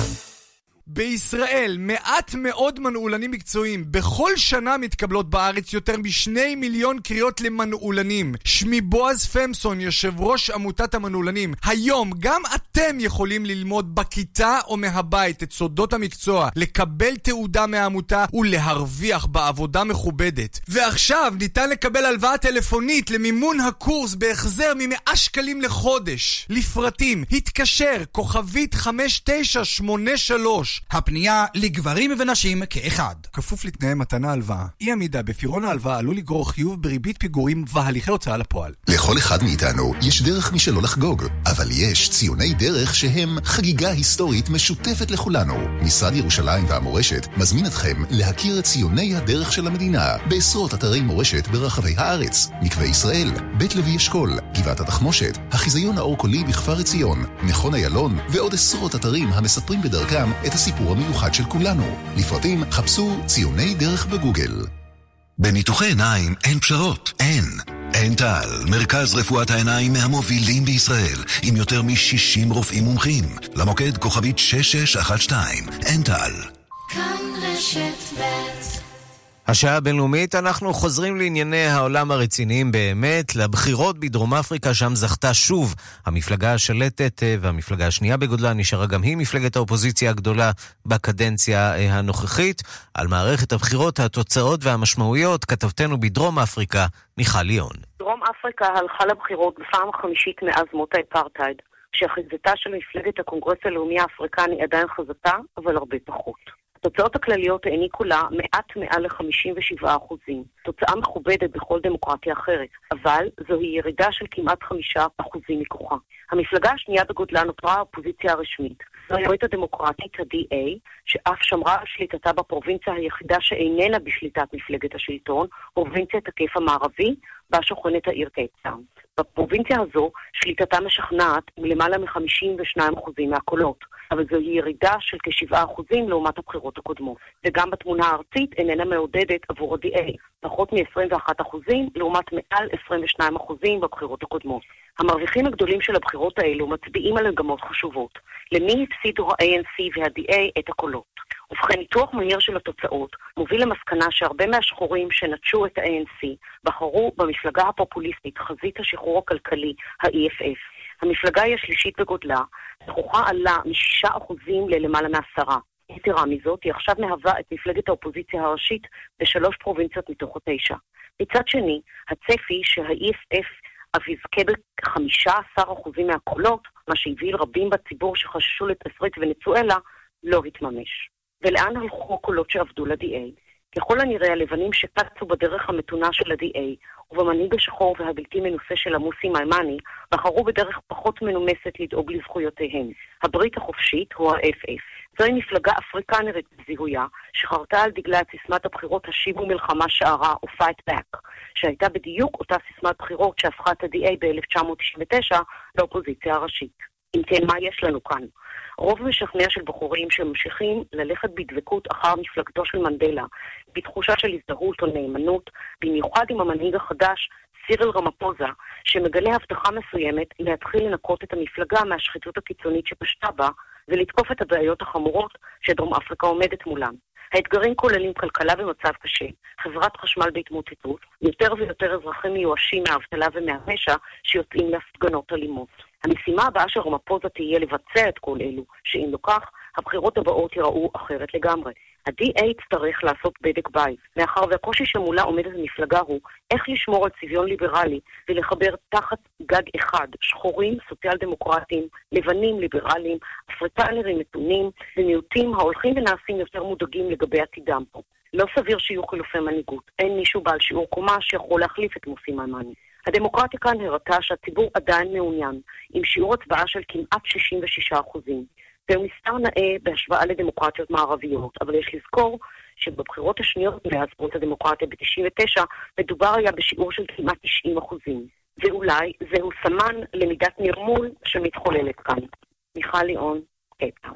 בישראל מעט מאוד מנעולנים מקצועיים. בכל שנה מתקבלות בארץ יותר משני מיליון קריאות למנעולנים. שמי בועז פמסון, יושב ראש עמותת המנעולנים. היום גם אתם יכולים ללמוד בכיתה או מהבית את סודות המקצוע, לקבל תעודה מהעמותה ולהרוויח בעבודה מכובדת. ועכשיו ניתן לקבל הלוואה טלפונית למימון הקורס בהחזר ממאה שקלים לחודש. לפרטים התקשר כוכבית חמש תשע שמונה שלוש. הפנייה לגברים ונשים כאחד. כפוף לתנאי מתן ההלוואה. אי עמידה בפירעון ההלוואה עלול לגרור חיוב בריבית פיגורים והליכי הוצאה לפועל. לכל אחד מאיתנו יש דרך משלו לחגוג, אבל יש ציוני דרך שהם חגיגה היסטורית משותפת לכולנו. משרד ירושלים והמורשת מזמין אתכם להכיר את ציוני הדרך של המדינה בעשרות אתרי מורשת ברחבי הארץ. מקווה ישראל, בית לוי אשכול, גבעת התחמושת, החיזיון האור קולי בכפר עציון, מכון איילון ועוד עשרות אתרים המספרים בדרכם את הסיפור המיוחד של כולנו. לפרטים חפשו ציוני דרך בגוגל. בניתוחי עיניים אין פשרות, אין. אין טל, מרכז רפואת העיניים מהמובילים בישראל, עם יותר מ-שישים רופאים מומחים. למוקד כוכבית שש שש אחת שתיים, אין טל. כאן רשת ב'. השעה הבינלאומית, אנחנו חוזרים לענייני העולם הרציניים באמת, לבחירות בדרום אפריקה, שם זכתה שוב המפלגה השלטת, והמפלגה השנייה בגודלה נשארה גם היא מפלגת האופוזיציה הגדולה בקדנציה הנוכחית. על מערכת הבחירות, התוצאות והמשמעויות, כתבתנו בדרום אפריקה, מיכל ליאון. דרום אפריקה הלכה לבחירות בפעם החמישית מאז מות האפרטהייד, שהחיזתה של מפלגת הקונגרס הלאומי האפריקני עדיין חזקה, אבל הרבה פחות. התוצאות הכלליות העניקו לה מעט מעל ל-חמישים ושבעה אחוזים. תוצאה מכובדת בכל דמוקרטיה אחרת, אבל זוהי ירידה של כמעט חמישה אחוזים מכוחה. המפלגה השנייה בגודלה נותרה האופוזיציה הרשמית. זוהי הברית הדמוקרטית, ה-די איי, שאף שמרה על שליטתה בפרובינציה היחידה שאיננה בשליטת מפלגת השלטון, פרובינציית הכיף המערבי, בה שוכנת העיר קייפטאון. בפרובינציה הזו שליטתה משכנעת מלמעלה מ-חמישים ושניים אחוזים מהקולות, אבל זו ירידה של כשבעה אחוזים לעומת הבחירות הקודמות. וגם בתמונה הארצית איננה מעודדת עבור ה-די איי, פחות מ-עשרים ואחד אחוזים לעומת מעל עשרים ושניים אחוזים בבחירות הקודמות. המרוויחים הגדולים של הבחירות האלו מצביעים על מגמות חשובות. למי הפסידו ה-איי אן סי וה-די איי את הקולות? ובכן, ניתוח מהיר של התוצאות מוביל למסקנה שהרבה מהשחורים שנטשו את ה-איי אן סי בחרו במפלגה הפופוליסטית חזית השחרור הכלכלי, ה-אי אף אף. המפלגה היא השלישית בגודלה, זכוחה עלה משישה אחוזים ללמעלה מעשרה. יתרה מזאת, היא עכשיו מהווה את מפלגת האופוזיציה הראשית בשלוש פרובינציות מתוך התשע. מצד שני, הצפי שה-אי אף אף אף יזכה ב-חמישה עשר אחוזים מהקולות, מה שהביא רבים בציבור שחששו לתסריט ונצואלה, לא התממש. ולאן הלכו הקולות שעבדו ל-די איי? ככל הנראה הלבנים שקצו בדרך המתונה של ה-די איי ובמנהיג השחור והבלתי מנוסה של המוסי מיימני בחרו בדרך פחות מנומסת לדאוג לזכויותיהם. הברית החופשית הוא ה-אף אף. זוהי מפלגה אפריקנרית בזיהויה שחרתה על דגלה את סיסמת הבחירות השיבו מלחמה שערה או Fight Back, שהייתה בדיוק אותה סיסמת בחירות שהפכה את ה-די איי ב-אלף תשע מאות תשעים ותשע לאופוזיציה הראשית. אם כן, מה יש לנו כאן? רוב משכנע של בחורים שממשיכים ללכת בדבקות אחר מפלגתו של מנדלה, בתחושה של הזדהות או נאמנות, במיוחד עם המנהיג החדש, סיריל רמפוזה, שמגלה הבטחה מסוימת להתחיל לנקות את המפלגה מהשחיתות הקיצונית שפשטה בה, ולתקוף את הבעיות החמורות שדרום אפריקה עומדת מולן. האתגרים כוללים כלכלה במצב קשה, חברת חשמל בהתמוטטות, יותר ויותר אזרחים מיואשים מהאבטלה ומהפשע שיוצאים להפגנות אלימות. המשימה הבאה של רמפוזה תהיה לבצע את כל אלו, שאם לא כך, הבחירות הבאות יראו אחרת לגמרי. ה-די איי יצטרך לעשות בדק בית, מאחר והקושי שמולה עומדת המפלגה הוא איך לשמור על צביון ליברלי ולחבר תחת גג אחד שחורים, סוציאל דמוקרטים, לבנים, ליברלים, אפריקנרים מתונים ומיעוטים ההולכים ונעשים יותר מודאגים לגבי עתידם פה. לא סביר שיהיו חילופי מנהיגות, אין מישהו בעל שיעור קומה שיכול להחליף את מוסי מיימני. הדמוקרטיה כאן הראתה שהציבור עדיין מעוניין, עם שיעור הצבעה של כמעט שישים ושישה אחוזים. זהו מספר נאה בהשוואה לדמוקרטיות מערביות, אבל יש לזכור שבבחירות השניות מאז פרוץ הדמוקרטיה ב-תשעים ותשע מדובר היה בשיעור של כמעט תשעים אחוזים. ואולי זהו סמן למידת נרמול שמתחוללת כאן. מיכל ליאון, קייפטאון.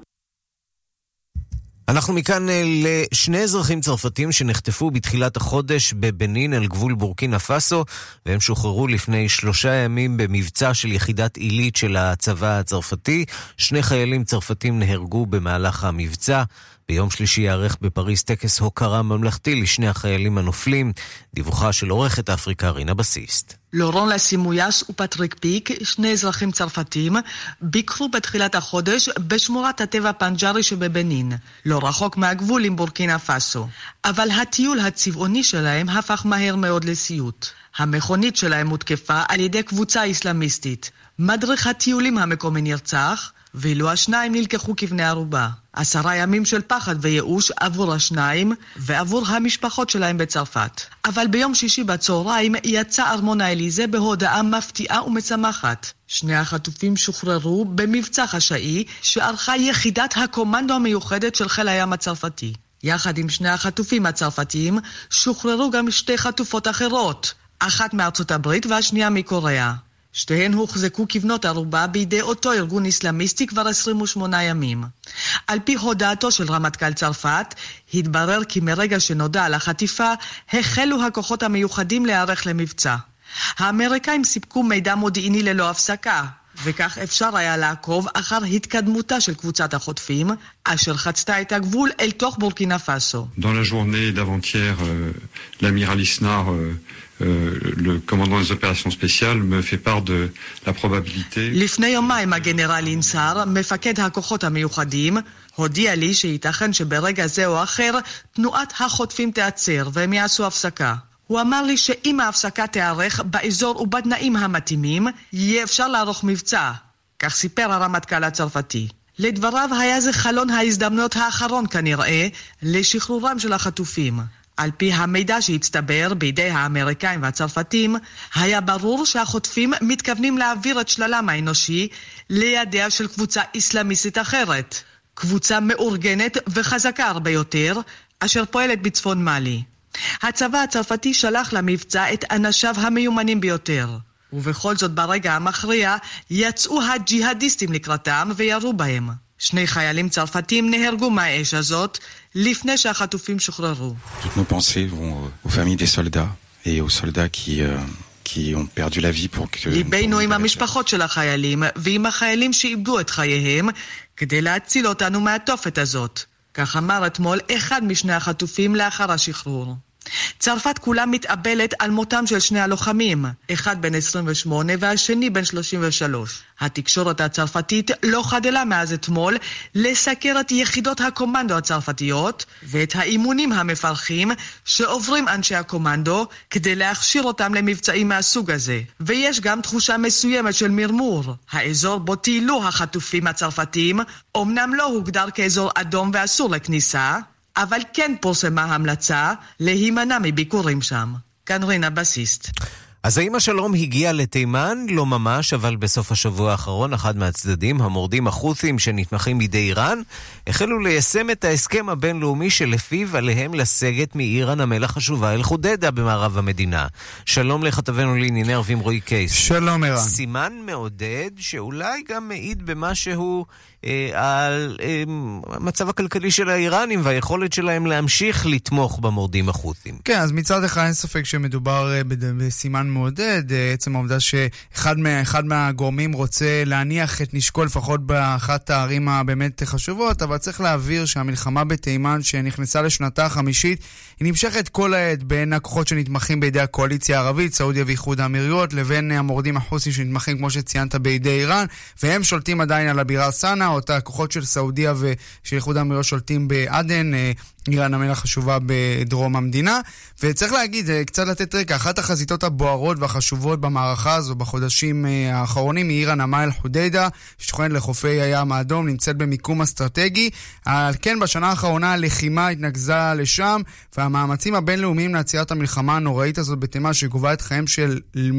אנחנו מכאן לשני אזרחים צרפתים שנחטפו בתחילת החודש בבנין על גבול בורקינה פאסו, והם שוחררו לפני שלושה ימים במבצע של יחידת עילית של הצבא הצרפתי. שני חיילים צרפתים נהרגו במהלך המבצע. ביום שלישי יערך בפריז טקס הוקרה ממלכתי לשני החיילים הנופלים. דיווחה של עורכת אפריקה רינה בסיסט. לורון לסימויאס ופטריק פיק, שני אזרחים צרפתים, ביקרו בתחילת החודש בשמורת הטבע פנג'ארי שבבנין, לא רחוק מהגבול עם בורקינה פאסו. אבל הטיול הצבעוני שלהם הפך מהר מאוד לסיוט. המכונית שלהם מותקפה על ידי קבוצה איסלאמיסטית. מדריך הטיולים המקומי נרצח, ואילו השניים נלקחו כבני ערובה. עשרה ימים של פחד וייאוש עבור השניים ועבור המשפחות שלהם בצרפת. אבל ביום שישי בצהריים יצא ארמון האליזה בהודעה מפתיעה ומשמחת. שני החטופים שוחררו במבצע חשאי שערכה יחידת הקומנדו המיוחדת של חיל הים הצרפתי. יחד עם שני החטופים הצרפתיים שוחררו גם שתי חטופות אחרות, אחת מארצות הברית והשנייה מקוריאה. שתיהן הוחזקו כבנות ערובה בידי אותו ארגון איסלאמיסטי כבר עשרים ושמונה ימים. על פי הודעתו של רמטכ"ל צרפת, התברר כי מרגע שנודע על החטיפה, החלו הכוחות המיוחדים להיערך למבצע. האמריקאים סיפקו מידע מודיעיני ללא הפסקה, וכך אפשר היה לעקוב אחר התקדמותה של קבוצת החוטפים, אשר חצתה את הגבול אל תוך בורקינה פאסו. Dans la journée d'avant-hier, euh, l'amiral Isnar, euh, euh, le commandant des opérations spéciales, me fait part de la probabilité... לפני יומיים הגנרל אינסר, מפקד הכוחות המיוחדים, הודיע לי שייתכן שברגע זה או אחר, תנועת החוטפים תעצר והם יעשו הפסקה. הוא אמר לי שאם ההפסקה תארך באזור ובתנאים המתאימים, יהיה אפשר לערוך מבצע. כך סיפר הרמטכ"ל הצרפתי. לדבריו היה זה חלון ההזדמנות האחרון כנראה לשחרורם של החטופים. על פי המידע שהצטבר בידי האמריקאים והצרפתים, היה ברור שהחוטפים מתכוונים להעביר את שללם האנושי לידיה של קבוצה איסלאמיסטית אחרת. קבוצה מאורגנת וחזקה הרבה יותר, אשר פועלת בצפון מאלי. הצבא הצרפתי שלח למבצע את אנשיו המיומנים ביותר. ובכל זאת ברגע המכריע יצאו הג'יהדיסטים לקראתם וירו בהם. שני חיילים צרפתים נהרגו מהאש הזאת לפני שהחטופים שוחררו. Toutes nos pensées vont aux familles des soldats et aux soldats qui, euh, qui ont perdu la vie pour que... ליבנו עם המשפחות של החיילים ועם החיילים שאיבדו את חייהם כדי להציל אותנו מהתופת הזאת. כך אמר אתמול אחד משני החטופים לאחר השחרור. צרפת כולה מתאבלת על מותם של שני הלוחמים, אחד בן עשרים ושמונה והשני בן שלושים ושלוש. התקשורת הצרפתית לא חדלה מאז אתמול לסקר את יחידות הקומנדו הצרפתיות ואת האימונים המפרכים שעוברים אנשי הקומנדו כדי להכשיר אותם למבצעים מהסוג הזה. ויש גם תחושה מסוימת של מרמור. האזור בו טיילו החטופים הצרפתיים אומנם לא הוגדר כאזור אדום ואסור לכניסה, אבל כן פורסמה המלצה להימנע מביקורים שם. כאן רינה בסיסט. אז האם השלום הגיע לתימן? לא ממש, אבל בסוף השבוע האחרון אחד מהצדדים, המורדים החות'ים שנתמכים בידי איראן, החלו ליישם את ההסכם הבינלאומי שלפיו עליהם לסגת מאיראן המלח חשובה אל חודדה במערב המדינה. שלום לכתבנו לענייני ערבים רועי קייס. שלום ערן. סימן מעודד שאולי גם מעיד במשהו אה, על אה, המצב הכלכלי של האיראנים והיכולת שלהם להמשיך לתמוך במורדים החות'ים. כן, אז מצד אחד אין ספק שמדובר אה, בסימן מעודד, עצם העובדה שאחד מה, אחד מהגורמים רוצה להניח את נשקו לפחות באחת הערים הבאמת חשובות, אבל צריך להעביר שהמלחמה בתימן שנכנסה לשנתה החמישית, היא נמשכת כל העת בין הכוחות שנתמכים בידי הקואליציה הערבית, סעודיה ואיחוד האמירויות, לבין המורדים החות'ים שנתמכים כמו שציינת בידי איראן, והם שולטים עדיין על הבירה סאנה, אותה הכוחות של סעודיה ושל איחוד האמירויות שולטים בעדן, איראן המלח חשובה בדרום המדינה. וצריך להגיד, קצת לתת רקע, אחת החזיתות הבוערות והחשובות במערכה הזו בחודשים האחרונים היא עיר הנמל חודיידה, ששוכנת לחופי הים האדום, נמצאת במיקום אסטרטגי. על כן בשנה האחרונה הלחימה התנקזה לשם, והמאמצים הבינלאומיים לעצירת המלחמה הנוראית הזאת בתימן שגובה את חיים של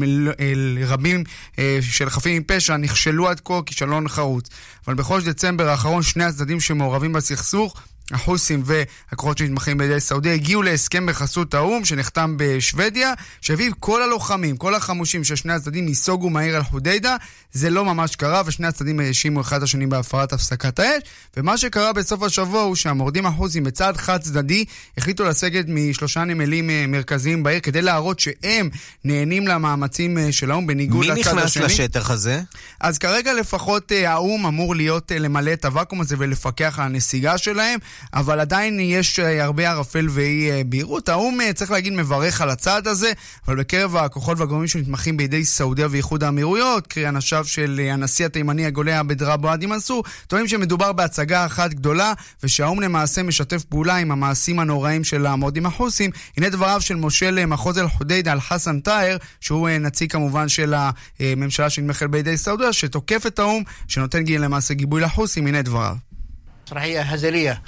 רבים של חפים מפשע נכשלו עד כה כישלון חרוץ. אבל בחודש דצמבר האחרון שני הצדדים שמעורבים בסכסוך החוסים והכוחות שנתמכים בידי סעודיה הגיעו להסכם בחסות האום שנחתם בשוודיה, שהביא כל הלוחמים, כל החמושים של שני הצדדים ייסוגו מהעיר אל-חודיידה. זה לא ממש קרה, ושני הצדדים האשימו אחד השני בהפרת הפסקת האש. ומה שקרה בסוף השבוע הוא שהמורדים החוסים בצעד חד צדדי החליטו לסגת משלושה נמלים מרכזיים בעיר כדי להראות שהם נהנים למאמצים של האום בניגוד לצד השני. מי נכנס לשטח הזה? אז כרגע לפחות האום אמור להיות למלא את הוואקום הזה ולפקח על הנסיגה שלהם, אבל עדיין יש הרבה ערפל ואי בהירות. האום צריך להגיד מברך על הצעד הזה, אבל בקרב הכוחות והגורמים שנתמכים בידי סעודיה ואיחוד האמירויות, קרי אנשיו של הנשיא התימני הגולה עבד רבו עדי מנסור, טוענים שמדובר בהצגה אחת גדולה, ושהאום למעשה משתף פעולה עם המעשים הנוראים של המורדים החוסים. הנה דבריו של מושל מחוז אל-חודיידה על חסן טאהר, שהוא נציג כמובן של הממשלה שנתמכת בידי סעודיה, שתוקף את האום, שנותן למעשה גיבוי לחוסים. הנה דבריו. صحيح هزلية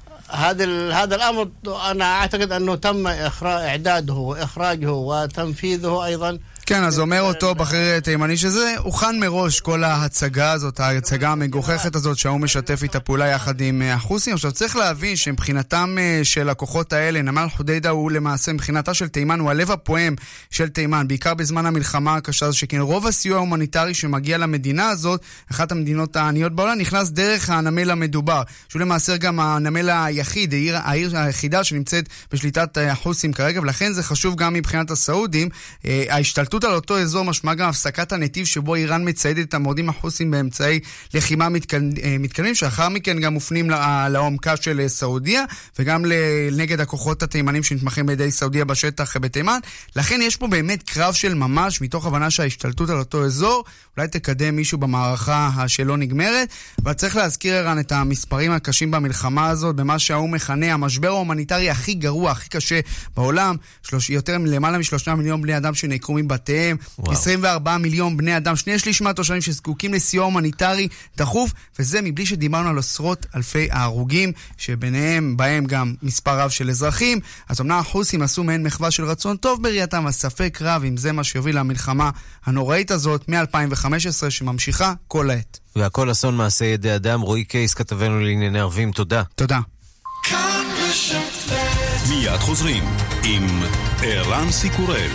هذا هذا الأمر أنا أعتقد أنه تم إعداده وإخراجه وتنفيذه أيضا. כן, אז אומר אותו בחיר תימני שזה הוכן מראש כל ההצגה הזאת, ההצגה המגוחכת הזאת שהאום משתף איתה פעולה יחד עם החוסים. עכשיו צריך להבין שמבחינתם של הכוחות האלה, נמל חודיידה הוא למעשה מבחינתה של תימן, הוא הלב הפועם של תימן, בעיקר בזמן המלחמה הקשה הזאת, שכן רוב הסיוע ההומניטרי שמגיע למדינה הזאת, אחת המדינות העניות בעולם, נכנס דרך הנמל המדובר, שהוא למעשה גם הנמל היחיד, העיר, העיר היחידה שנמצאת בשליטת החוסים כרגע, ולכן זה חשוב גם מבחינת הסעודים. ההשתלטות על אותו אזור משמע גם הפסקת הנתיב שבו איראן מציידת את המורדים החוסים באמצעי לחימה מתקדמים, שאחר מכן גם מופנים לעומקה של סעודיה, וגם נגד הכוחות התימנים שנתמכים בידי סעודיה בשטח בתימן. לכן יש פה באמת קרב של ממש, מתוך הבנה שההשתלטות על אותו אזור אולי תקדם מישהו במערכה שלא נגמרת. אבל צריך להזכיר איראן את המספרים הקשים במלחמה הזאת, במה שהאום מכנה המשבר ההומניטרי הכי גרוע, הכי קשה בעולם. שלוש, יותר למעלה משלושה מיליון בני אדם שנעקרו מבתיהם, עשרים וארבעה מיליון בני אדם, שני שליש מהתושבים שזקוקים לסיוע הומניטרי דחוף, וזה מבלי שדיברנו על עשרות אלפי ההרוגים, שביניהם בהם גם מספר רב של אזרחים. אז אמנם החוסים עשו מעין מחווה של רצון טוב בראייתם, הספק רב אם זה מה שיוביל למלחמה הנוראית הזאת מ-אלפיים וחמש עשרה שממשיכה כל העת. והכל אסון מעשה ידי אדם. רועי קייס, כתבנו לענייני ערבים, תודה. תודה. מיד חוזרים עם ערן סיקורל.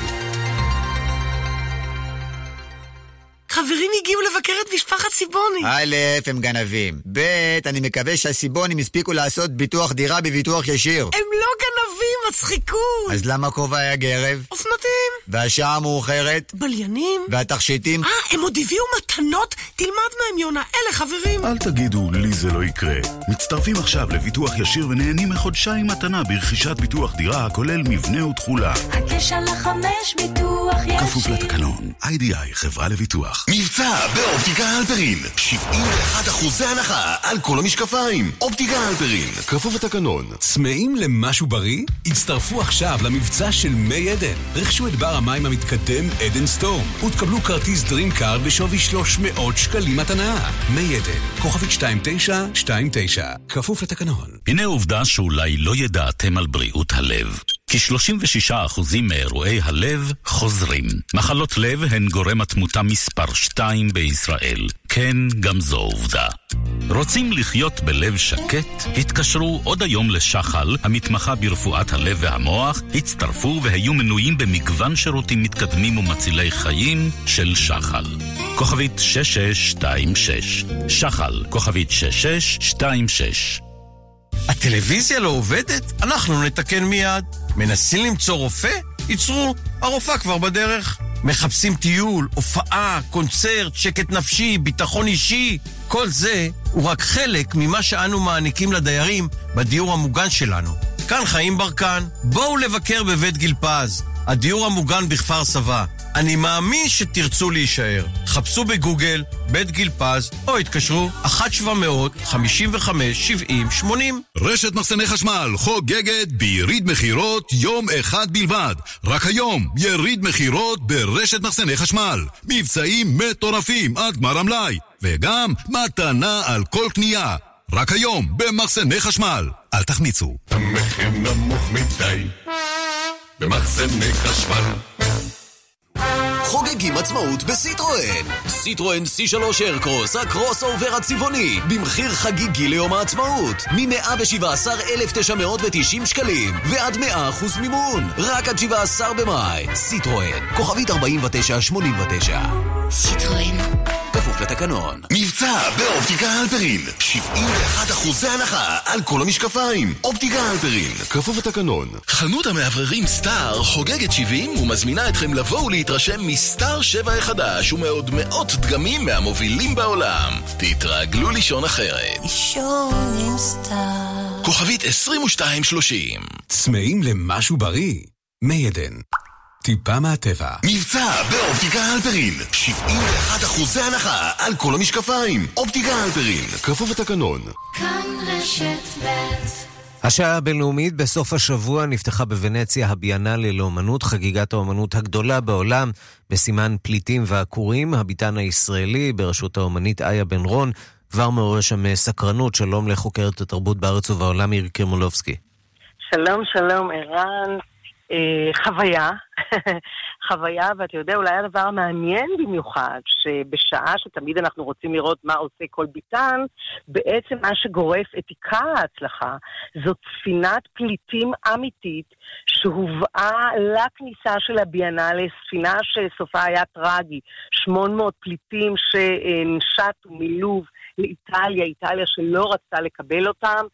חברים הגיעו לבקר את משפחת סיבוני. א', הם גנבים. ב', אני מקווה שהסיבונים הספיקו לעשות ביטוח דירה בביטוח ישיר. הם לא גנבים, מצחיקו. אז למה כובע היה גרב? אופנתים. והשעה המאוחרת? בליינים. והתכשיטים? אה, הם עוד הביאו מתנות? תלמד מהם יונה, אלה חברים. אל תגידו, לי זה לא יקרה. מצטרפים עכשיו לביטוח ישיר ונהנים מחודשיים מתנה ברכישת ביטוח דירה הכולל מבנה ותחולה. הקש על החמש ביטוח ישיר. כפוף לתקנון. איי די איי, חברה לביטוח. מבצע באופטיקה הלפרין, שבעים ואחד אחוזי הנחה על כל המשקפיים. אופטיקה הלפרין, כפוף לתקנון. צמאים למשהו בריא? הצטרפו עכשיו למבצע של מי עדן. רכשו את בר המים המתקדם עדן סטורם ותקבלו כרטיס דרים קארד בשווי שלוש מאות שקלים מתנה. מי עדן, כוכבית שתיים תשע שתיים תשע, כפוף לתקנון. הנה עובדה שאולי לא ידעתם על בריאות הלב. כ-שלושים ושישה אחוזים מאירועי הלב חוזרים. מחלות לב הן גורם התמותה מספר שתיים בישראל. כן, גם זו עובדה. רוצים לחיות בלב שקט? התקשרו עוד היום לשחל, המתמחה ברפואת הלב והמוח, הצטרפו והיו מנויים במגוון שירותים מתקדמים ומצילי חיים של שחל. כוכבית שש שש שתיים שש. שחל, כוכבית שש שש שתיים שש. הטלוויזיה לא עובדת? אנחנו נתקן מיד. מנסים למצוא רופא? ייצרו, הרופאה כבר בדרך. מחפשים טיול, הופעה, קונצרט, שקט נפשי, ביטחון אישי. כל זה הוא רק חלק ממה שאנו מעניקים לדיירים בדיור המוגן שלנו. כאן חיים ברקן, בואו לבקר בבית גיל פז, הדיור המוגן בכפר סבא. אני מאמין שתרצו להישאר. חפשו בגוגל בית גיל פז או התקשרו אחת שבע מאות חמישים וחמש שבעים שמונים. רשת מחסני חשמל חוגגת ביריד מחירות יום אחד בלבד. רק היום יריד מחירות ברשת מחסני חשמל. מבצעים מטורפים עד גמר המלאי, וגם מתנה על כל קנייה. רק היום במחסני חשמל. אל תחמיצו. המחיר נמוך מדי במחסני חשמל. חוגגים עצמאות בסיטרואן. סיטרואן סי שלוש איירקרוס, הקרוס אובר הצבעוני, במחיר חגיגי ליום העצמאות, מ-מאה ושבעה עשר אלף תשע מאות ותשעים שקלים, ועד מאה אחוז מימון, רק עד שבעה עשר במאי. סיטרואן, כוכבית ארבעים ותשע שמונים ותשע. סיטרואן. כפוף לתקנון. מבצע באופטיקה הלפרין, שבעים ואחד אחוזי הנחה על כל המשקפיים. אופטיקה הלפרין, כפוף לתקנון. חנות המאווררים סטאר חוגגת שבעים ומזמינה אתכם לבוא ולהתרשם מסטאר שבע החדש ומעוד מאות דגמים מהמובילים בעולם. תתרגלו לישון אחרת. לישון עם סטאר. כוכבית עשרים ושתיים שלושים. צמאים למשהו בריא? מי עדן. טיפה מהטבע. מבצע באופטיקה הלפרין, שבעים ואחד אחוזי הנחה על כל המשקפיים. אופטיקה הלפרין, כפוף לתקנון. כאן רשת ב'. השעה הבינלאומית בסוף השבוע נפתחה בוונציה הביאנלה לאומנות, חגיגת האומנות הגדולה בעולם, בסימן פליטים ועקורים, הביתן הישראלי בראשות האומנית איה בן רון, כבר מעורר שם סקרנות. שלום לחוקרת התרבות בארץ ובעולם מירי קרימולובסקי. שלום, שלום ערן. חוויה, חוויה, ואתה יודע, אולי הדבר המעניין במיוחד, שבשעה שתמיד אנחנו רוצים לראות מה עושה כל ביטן, בעצם מה שגורף את עיקר ההצלחה, זאת ספינת פליטים אמיתית, שהובאה לכניסה של הביאנלה, ספינה שסופה היה טרגי, שמונה מאות פליטים שנשטו מלוב לאיטליה, איטליה שלא רצתה לקבל אותם,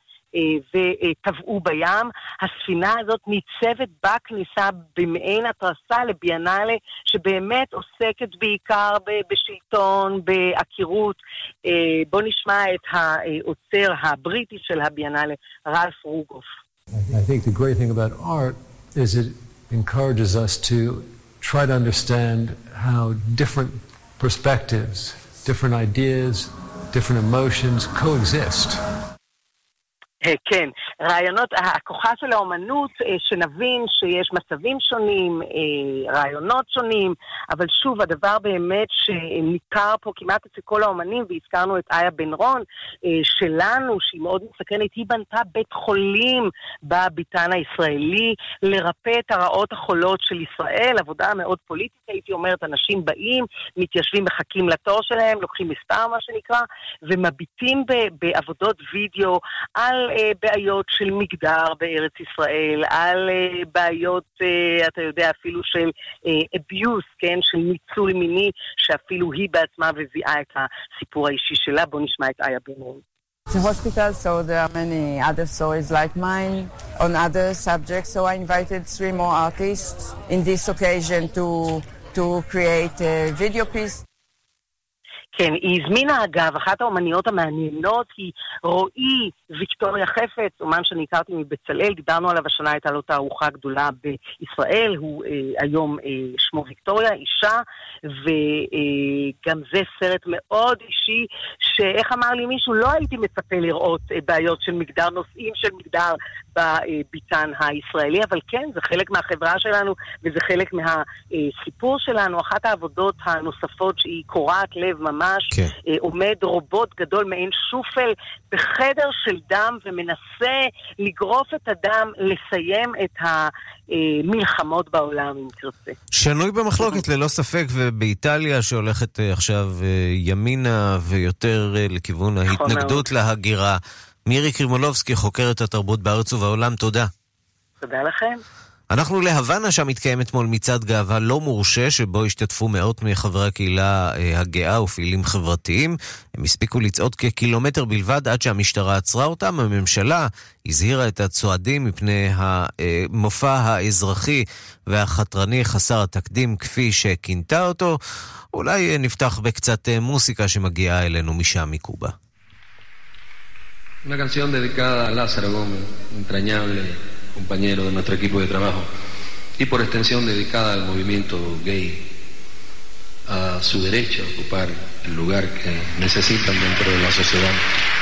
וטבעו בים. הספינה הזאת ניצבת בכניסה במעין התרסה לביאנלה, שבאמת עוסקת בעיקר בשלטון, בהכירות. בוא נשמע את האוצר הבריטי של הביאנלה, רלף רוגוף. I think the great thing about art is it encourages us to try to understand how different perspectives, different ideas, different emotions coexist. כן, רעיונות, הכוחה של האומנות, שנבין שיש מצבים שונים, רעיונות שונים, אבל שוב, הדבר באמת שניכר פה כמעט אצל כל האומנים, והזכרנו את איה בן רון, שלנו, שהיא מאוד מסקרנת, היא בנתה בית חולים בביתן הישראלי, לרפא את הרעות החולות של ישראל, עבודה מאוד פוליטית, הייתי אומרת, אנשים באים, מתיישבים, מחכים לתור שלהם, לוקחים מספר, מה שנקרא, ומביטים בעבודות וידאו על בעיות של מגדר בארץ ישראל, על בעיות, אתה יודע, אפילו של אביוס, כן, של ניצול מיני, שאפילו היא בעצמה מביאה את הסיפור האישי שלה. בוא נשמע את איה בן רון. It's a hospital, so there are many other stories like mine on other subjects, so I invited three more artists in this occasion to, to create a video piece. כן, היא הזמינה אגב, אחת האומניות המעניינות היא רועי ויקטוריה חפץ, אומן שאני הכרתי מבצלאל, דיברנו עליו השנה, הייתה לו תערוכה גדולה בישראל, הוא אה, היום אה, שמו ויקטוריה, אישה, וגם אה, זה סרט מאוד אישי, שאיך אמר לי מישהו, לא הייתי מצפה לראות אה, בעיות של מגדר, נושאים של מגדר בביתן הישראלי, אבל כן, זה חלק מהחברה שלנו, וזה חלק מהסיפור שלנו. אחת העבודות הנוספות שהיא קורעת לב ממש, כן. עומד רובוט גדול מעין שופל בחדר של דם ומנסה לגרוף את הדם, לסיים את המלחמות בעולם, אם תרצה. שנוי במחלוקת ללא ספק, ובאיטליה שהולכת עכשיו ימינה ויותר לכיוון ההתנגדות להגירה. מירי קרימולובסקי, חוקרת התרבות בארץ ובעולם, תודה. תודה לכם. אנחנו להוונה, שם התקיים אתמול מצעד גאווה לא מורשה, שבו השתתפו מאות מחברי הקהילה הגאה ופעילים חברתיים. הם הספיקו לצעוד כקילומטר בלבד עד שהמשטרה עצרה אותם. הממשלה הזהירה את הצועדים מפני המופע האזרחי והחתרני חסר התקדים כפי שכינתה אותו. אולי נפתח בקצת מוסיקה שמגיעה אלינו משם מקובה. Una canción dedicada a Lázaro Gómez, entrañable compañero de nuestro equipo de trabajo, y por extensión dedicada al movimiento gay, a su derecho a ocupar el lugar que necesitan dentro de la sociedad.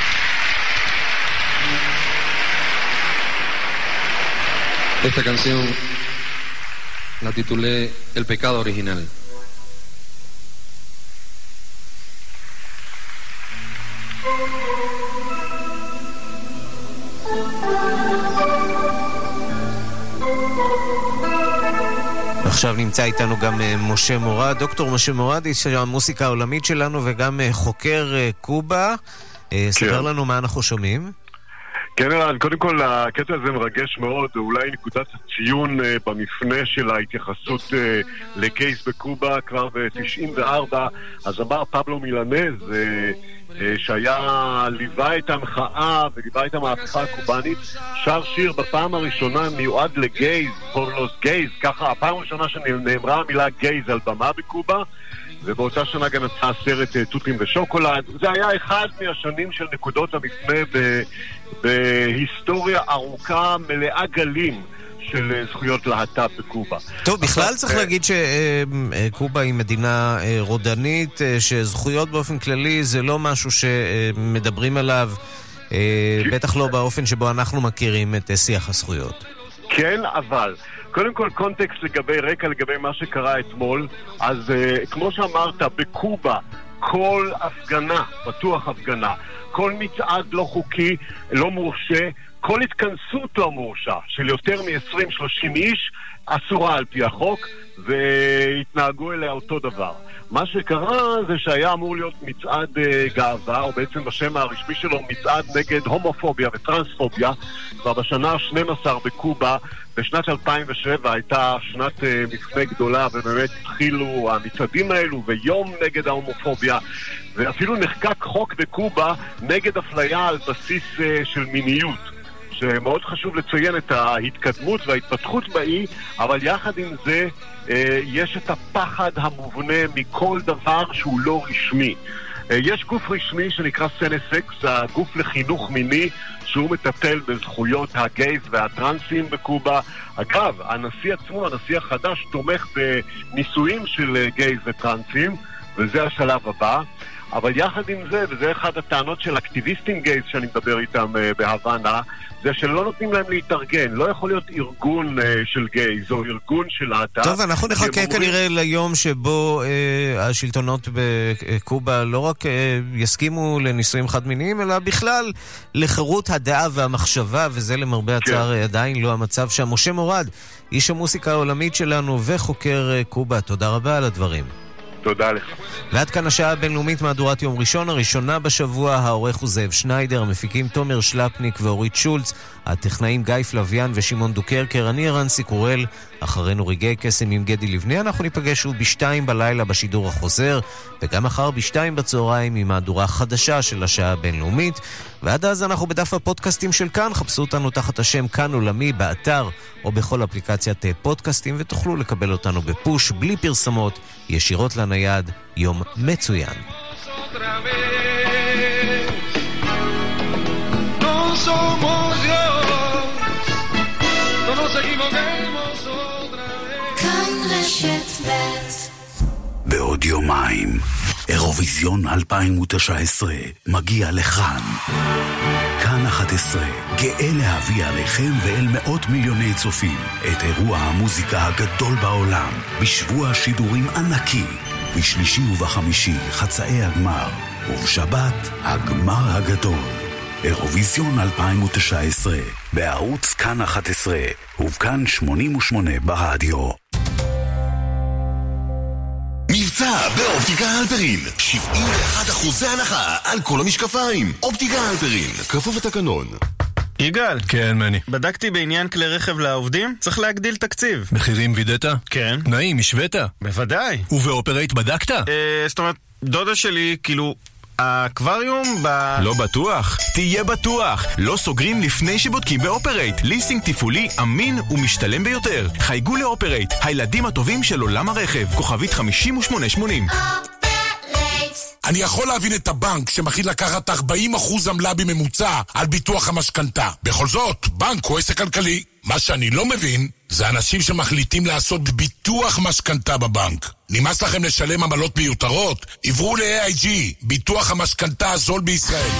Esta canción la titulé El pecado original. עכשיו נמצא איתנו גם משה מורד, דוקטור משה מורד, איש המוסיקה העולמית שלנו וגם חוקר קובה. ספר לנו מה אנחנו שומעים. כן, אלן, קודם כל הקטע הזה מרגש מאוד, אולי נקודת הציון במפנה של ההתייחסות לגייז בקובה כבר ב-תשעים וארבע. הזמר פבלו מילנז, שהיה ליווה את המחאה וליווה את המהפכה הקובנית, שר שיר בפעם הראשונה מיועד לגייז, פורלוס גייז, ככה הפעם הראשונה שנאמרה המילה גייז על במה בקובה, ובאותה שנה גם נצא הסרט תותים ושוקולד. זה היה אחד מהשנים של נקודות המפנה ב- בהיסטוריה ארוכה מלאה גלים של זכויות להט"ב בקובה. טוב, בכלל צריך להגיד שקובה היא מדינה רודנית, שזכויות באופן כללי זה לא משהו שמדברים עליו, בטח לא באופן שבו אנחנו מכירים את שיח הזכויות. כן, אבל קודם כל קונטקסט לגבי רקע, לגבי מה שקרה אתמול. אז uh, כמו שאמרת, בקובה כל הפגנה, בטוח הפגנה, כל מצעד לא חוקי, לא מורשה, כל התכנסות לא מורשה של יותר מ-עשרים שלושים איש אסורה על פי החוק, והתנהגו אליה אותו דבר. מה שקרה זה שהיה אמור להיות מצעד uh, גאווה, או בעצם בשם הרשמי שלו מצעד נגד הומופוביה וטרנספוביה, כבר בשנה ה-שתים עשרה בקובה. בשנת אלפיים ושבע הייתה שנת uh, מפנה גדולה, ובאמת התחילו המצעדים האלו ויום נגד ההומופוביה, ואפילו נחקק חוק בקובה נגד אפליה על בסיס uh, של מיניות, שמאוד חשוב לציין את ההתקדמות וההתפתחות באי, אבל יחד עם זה uh, יש את הפחד המובנה מכל דבר שהוא לא רשמי. Uh, יש גוף רשמי שנקרא סנסקס, הגוף לחינוך מיני, שהוא מטפל בזכויות הגייז והטרנסים בקובה. אגב, הנשיא עצמו, הנשיא החדש, תומך בניסויים של גייז וטרנסים, וזה השלב הבא. אבל יחד עם זה, וזה אחד הטענות של אקטיביסטים גייז שאני מדבר איתם בהוואנה, זה שלא נותנים להם להתארגן. לא יכול להיות ארגון uh, של גייז או ארגון של להט"ב. טוב, אנחנו נחכה כנראה ליום שבו uh, השלטונות בקובה לא רק uh, יסכימו לנישואים חד-מיניים, אלא בכלל לחירות הדעה והמחשבה, וזה למרבה הצער כן. עדיין לא המצב שם. משה מורד, איש המוסיקה העולמית שלנו וחוקר uh, קובה, תודה רבה על הדברים. תודה לך. ועד כאן השעה הבינלאומית מהדורת יום ראשון, הראשונה בשבוע. העורך הוא זאב שניידר, המפיקים תומר שלפניק ואורית שולץ, הטכנאים גיא פלוויאן ושמעון דוקרקר, אני רנסי קורל, אחרינו רגעי קסם עם גדי לבני. אנחנו ניפגש שוב בשתיים בלילה בשידור החוזר, וגם מחר בשתיים בצהריים עם מהדורה חדשה של השעה הבינלאומית. ועד אז אנחנו בדף הפודקאסטים של כאן, חפשו אותנו תחת השם כאן עולמי באתר או בכל אפליקציית פודקאסטים, ותוכלו לקבל אותנו בפוש בלי פרסמות ישירות לנייד. יום מצוין. כאן רשת ב'. בעוד יומיים אירוויזיון אלפיים תשע עשרה מגיע לכאן. כאן אחת עשרה גאה להביא עליכם ואל מאות מיליוני צופים את אירוע המוזיקה הגדול בעולם בשבוע שידורים ענקי. בשלישי ובחמישי חצאי הגמר, ובשבת הגמר הגדול. אירוויזיון אלפיים תשע עשרה בערוץ כאן אחת עשרה ובכאן שמונים ושמונה ברדיו. מבצע באופטיקה הלפרין, שבעים ואחד אחוזי הנחה על כל המשקפיים. אופטיקה הלפרין, כפוף לתקנון. יגאל. כן, מני. בדקתי בעניין כלי רכב לעובדים, צריך להגדיל תקציב. מחירים וידאת? כן. נעים, השווית? בוודאי. ובאופרייט בדקת? אה, זאת אומרת, דודה שלי, כאילו, האקווריום ב... לא בטוח? תהיה בטוח. לא סוגרים לפני שבודקים באופרייט. ליסינג תפעולי אמין ומשתלם ביותר. חייגו לאופרייט, הילדים הטובים של עולם הרכב. כוכבית חמישים ושמונה שמונים. אני יכול להבין את הבנק שמחליט לקחת ארבעים אחוז עמלה בממוצע על ביטוח המשכנתה. בכל זאת, בנק הוא עסק כלכלי. מה שאני לא מבין זה אנשים שמחליטים לעשות ביטוח משכנתה בבנק. נמאס לכם לשלם עמלות מיותרות? עברו ל-איי איי ג'י, ביטוח המשכנתה הזול בישראל.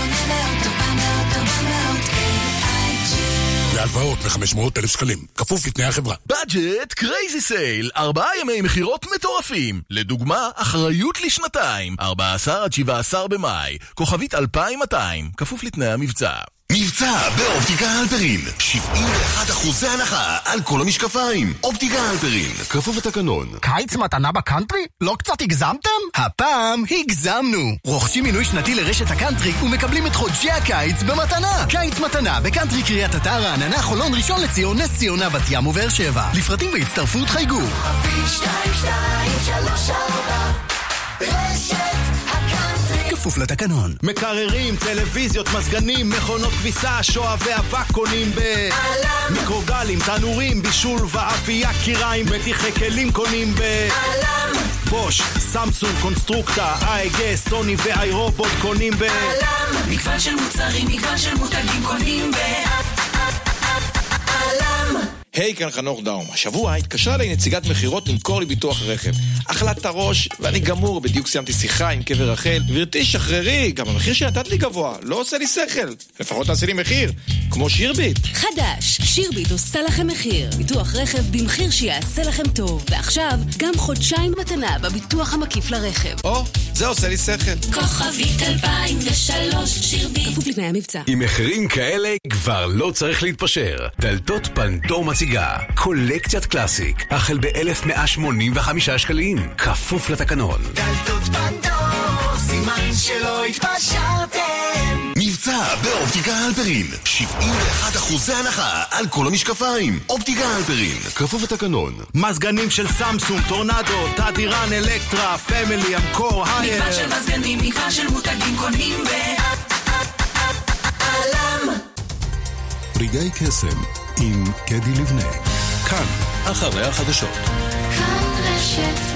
להלוואות מ-חמש מאות אלף שקלים, כפוף לתנאי החברה. בדג'ט קרייזי סייל, ארבעה ימי מחירות מטורפים. לדוגמה, אחריות לשנתיים, ארבעה עשר עד שבעה עשר במאי, כוכבית אלפיים ומאתיים, כפוף לתנאי המבצע. מבצע באופטיקה הלפרין, שבעים ואחד אחוזי הנחה על כל המשקפיים. אופטיקה הלפרין, כפוף לתקנון. קיץ מתנה בקאנטרי? לא קצת הגזמתם? הפעם הגזמנו. רוכשים מינוי שנתי לרשת הקאנטרי ומקבלים את חודשי הקיץ במתנה. קיץ מתנה בקאנטרי קריית אתר, רעננה, חולון, ראשון לציון, נס ציונה, בת ים ובאר שבע. לפרטים והצטרפות חייגו. שתיים שתיים שלוש ארבע רשת הקאנטרי כפוף לתקנון. מקררים, טלוויזיות, מזגנים, מכונות כביסה, שואבי אבק קונים ב... אלם. מיקרוגלים, תנורים, בישול ואפייה, קיריים, מתיחי כלים קונים ב... אלם. בוש, סמסונג, קונסטרוקטה, אייגה, סוני ואי רובוט קונים ב... אלם. מגוון של מוצרים, מגוון של מותגים קונים ב... אלם. היי, כאן חנוך דאום. השבוע התקשרה לי נציגת מחירות למכור לי ביטוח רכב. אכלת את הראש, ואני גמור. בדיוק סיימתי שיחה עם קבר רחל. גברתי, שחררי, גם המחיר שנתת לי גבוה. לא עושה לי שכל. לפחות תעשי לי מחיר, כמו שירביט. חדש, שירביט עושה לכם מחיר. ביטוח רכב במחיר שיעשה לכם טוב. ועכשיו, גם חודשיים מתנה בביטוח המקיף לרכב. או, זה עושה לי שכל. כוכבית אלפיים ושלוש שירביט. כפוף לתנאי המבצע. עם מחירים כאלה כבר לא צריך להתפשר. דלתות פנדור מציגה קולקציית קלאסיק החל ב-אלף מאה שמונים וחמישה שקלים, כפוף לתקנון. דלתות פנדור, סימן שלא התפשרתם. מבצע באופטיקה הלפרין, שבעים ואחד אחוזי הנחה על כל המשקפיים. אופטיקה הלפרין, כפוף לתקנון. מזגנים של סמסונג, טורנדו, תדירן, אלקטרה, פמילי, אמקור, הייר. מגוון של מזגנים, מגוון של מותגים קונים ב... אלם. רגעי קסם עם קדי לבנה, כאן אחרי החדשות. כאן רשת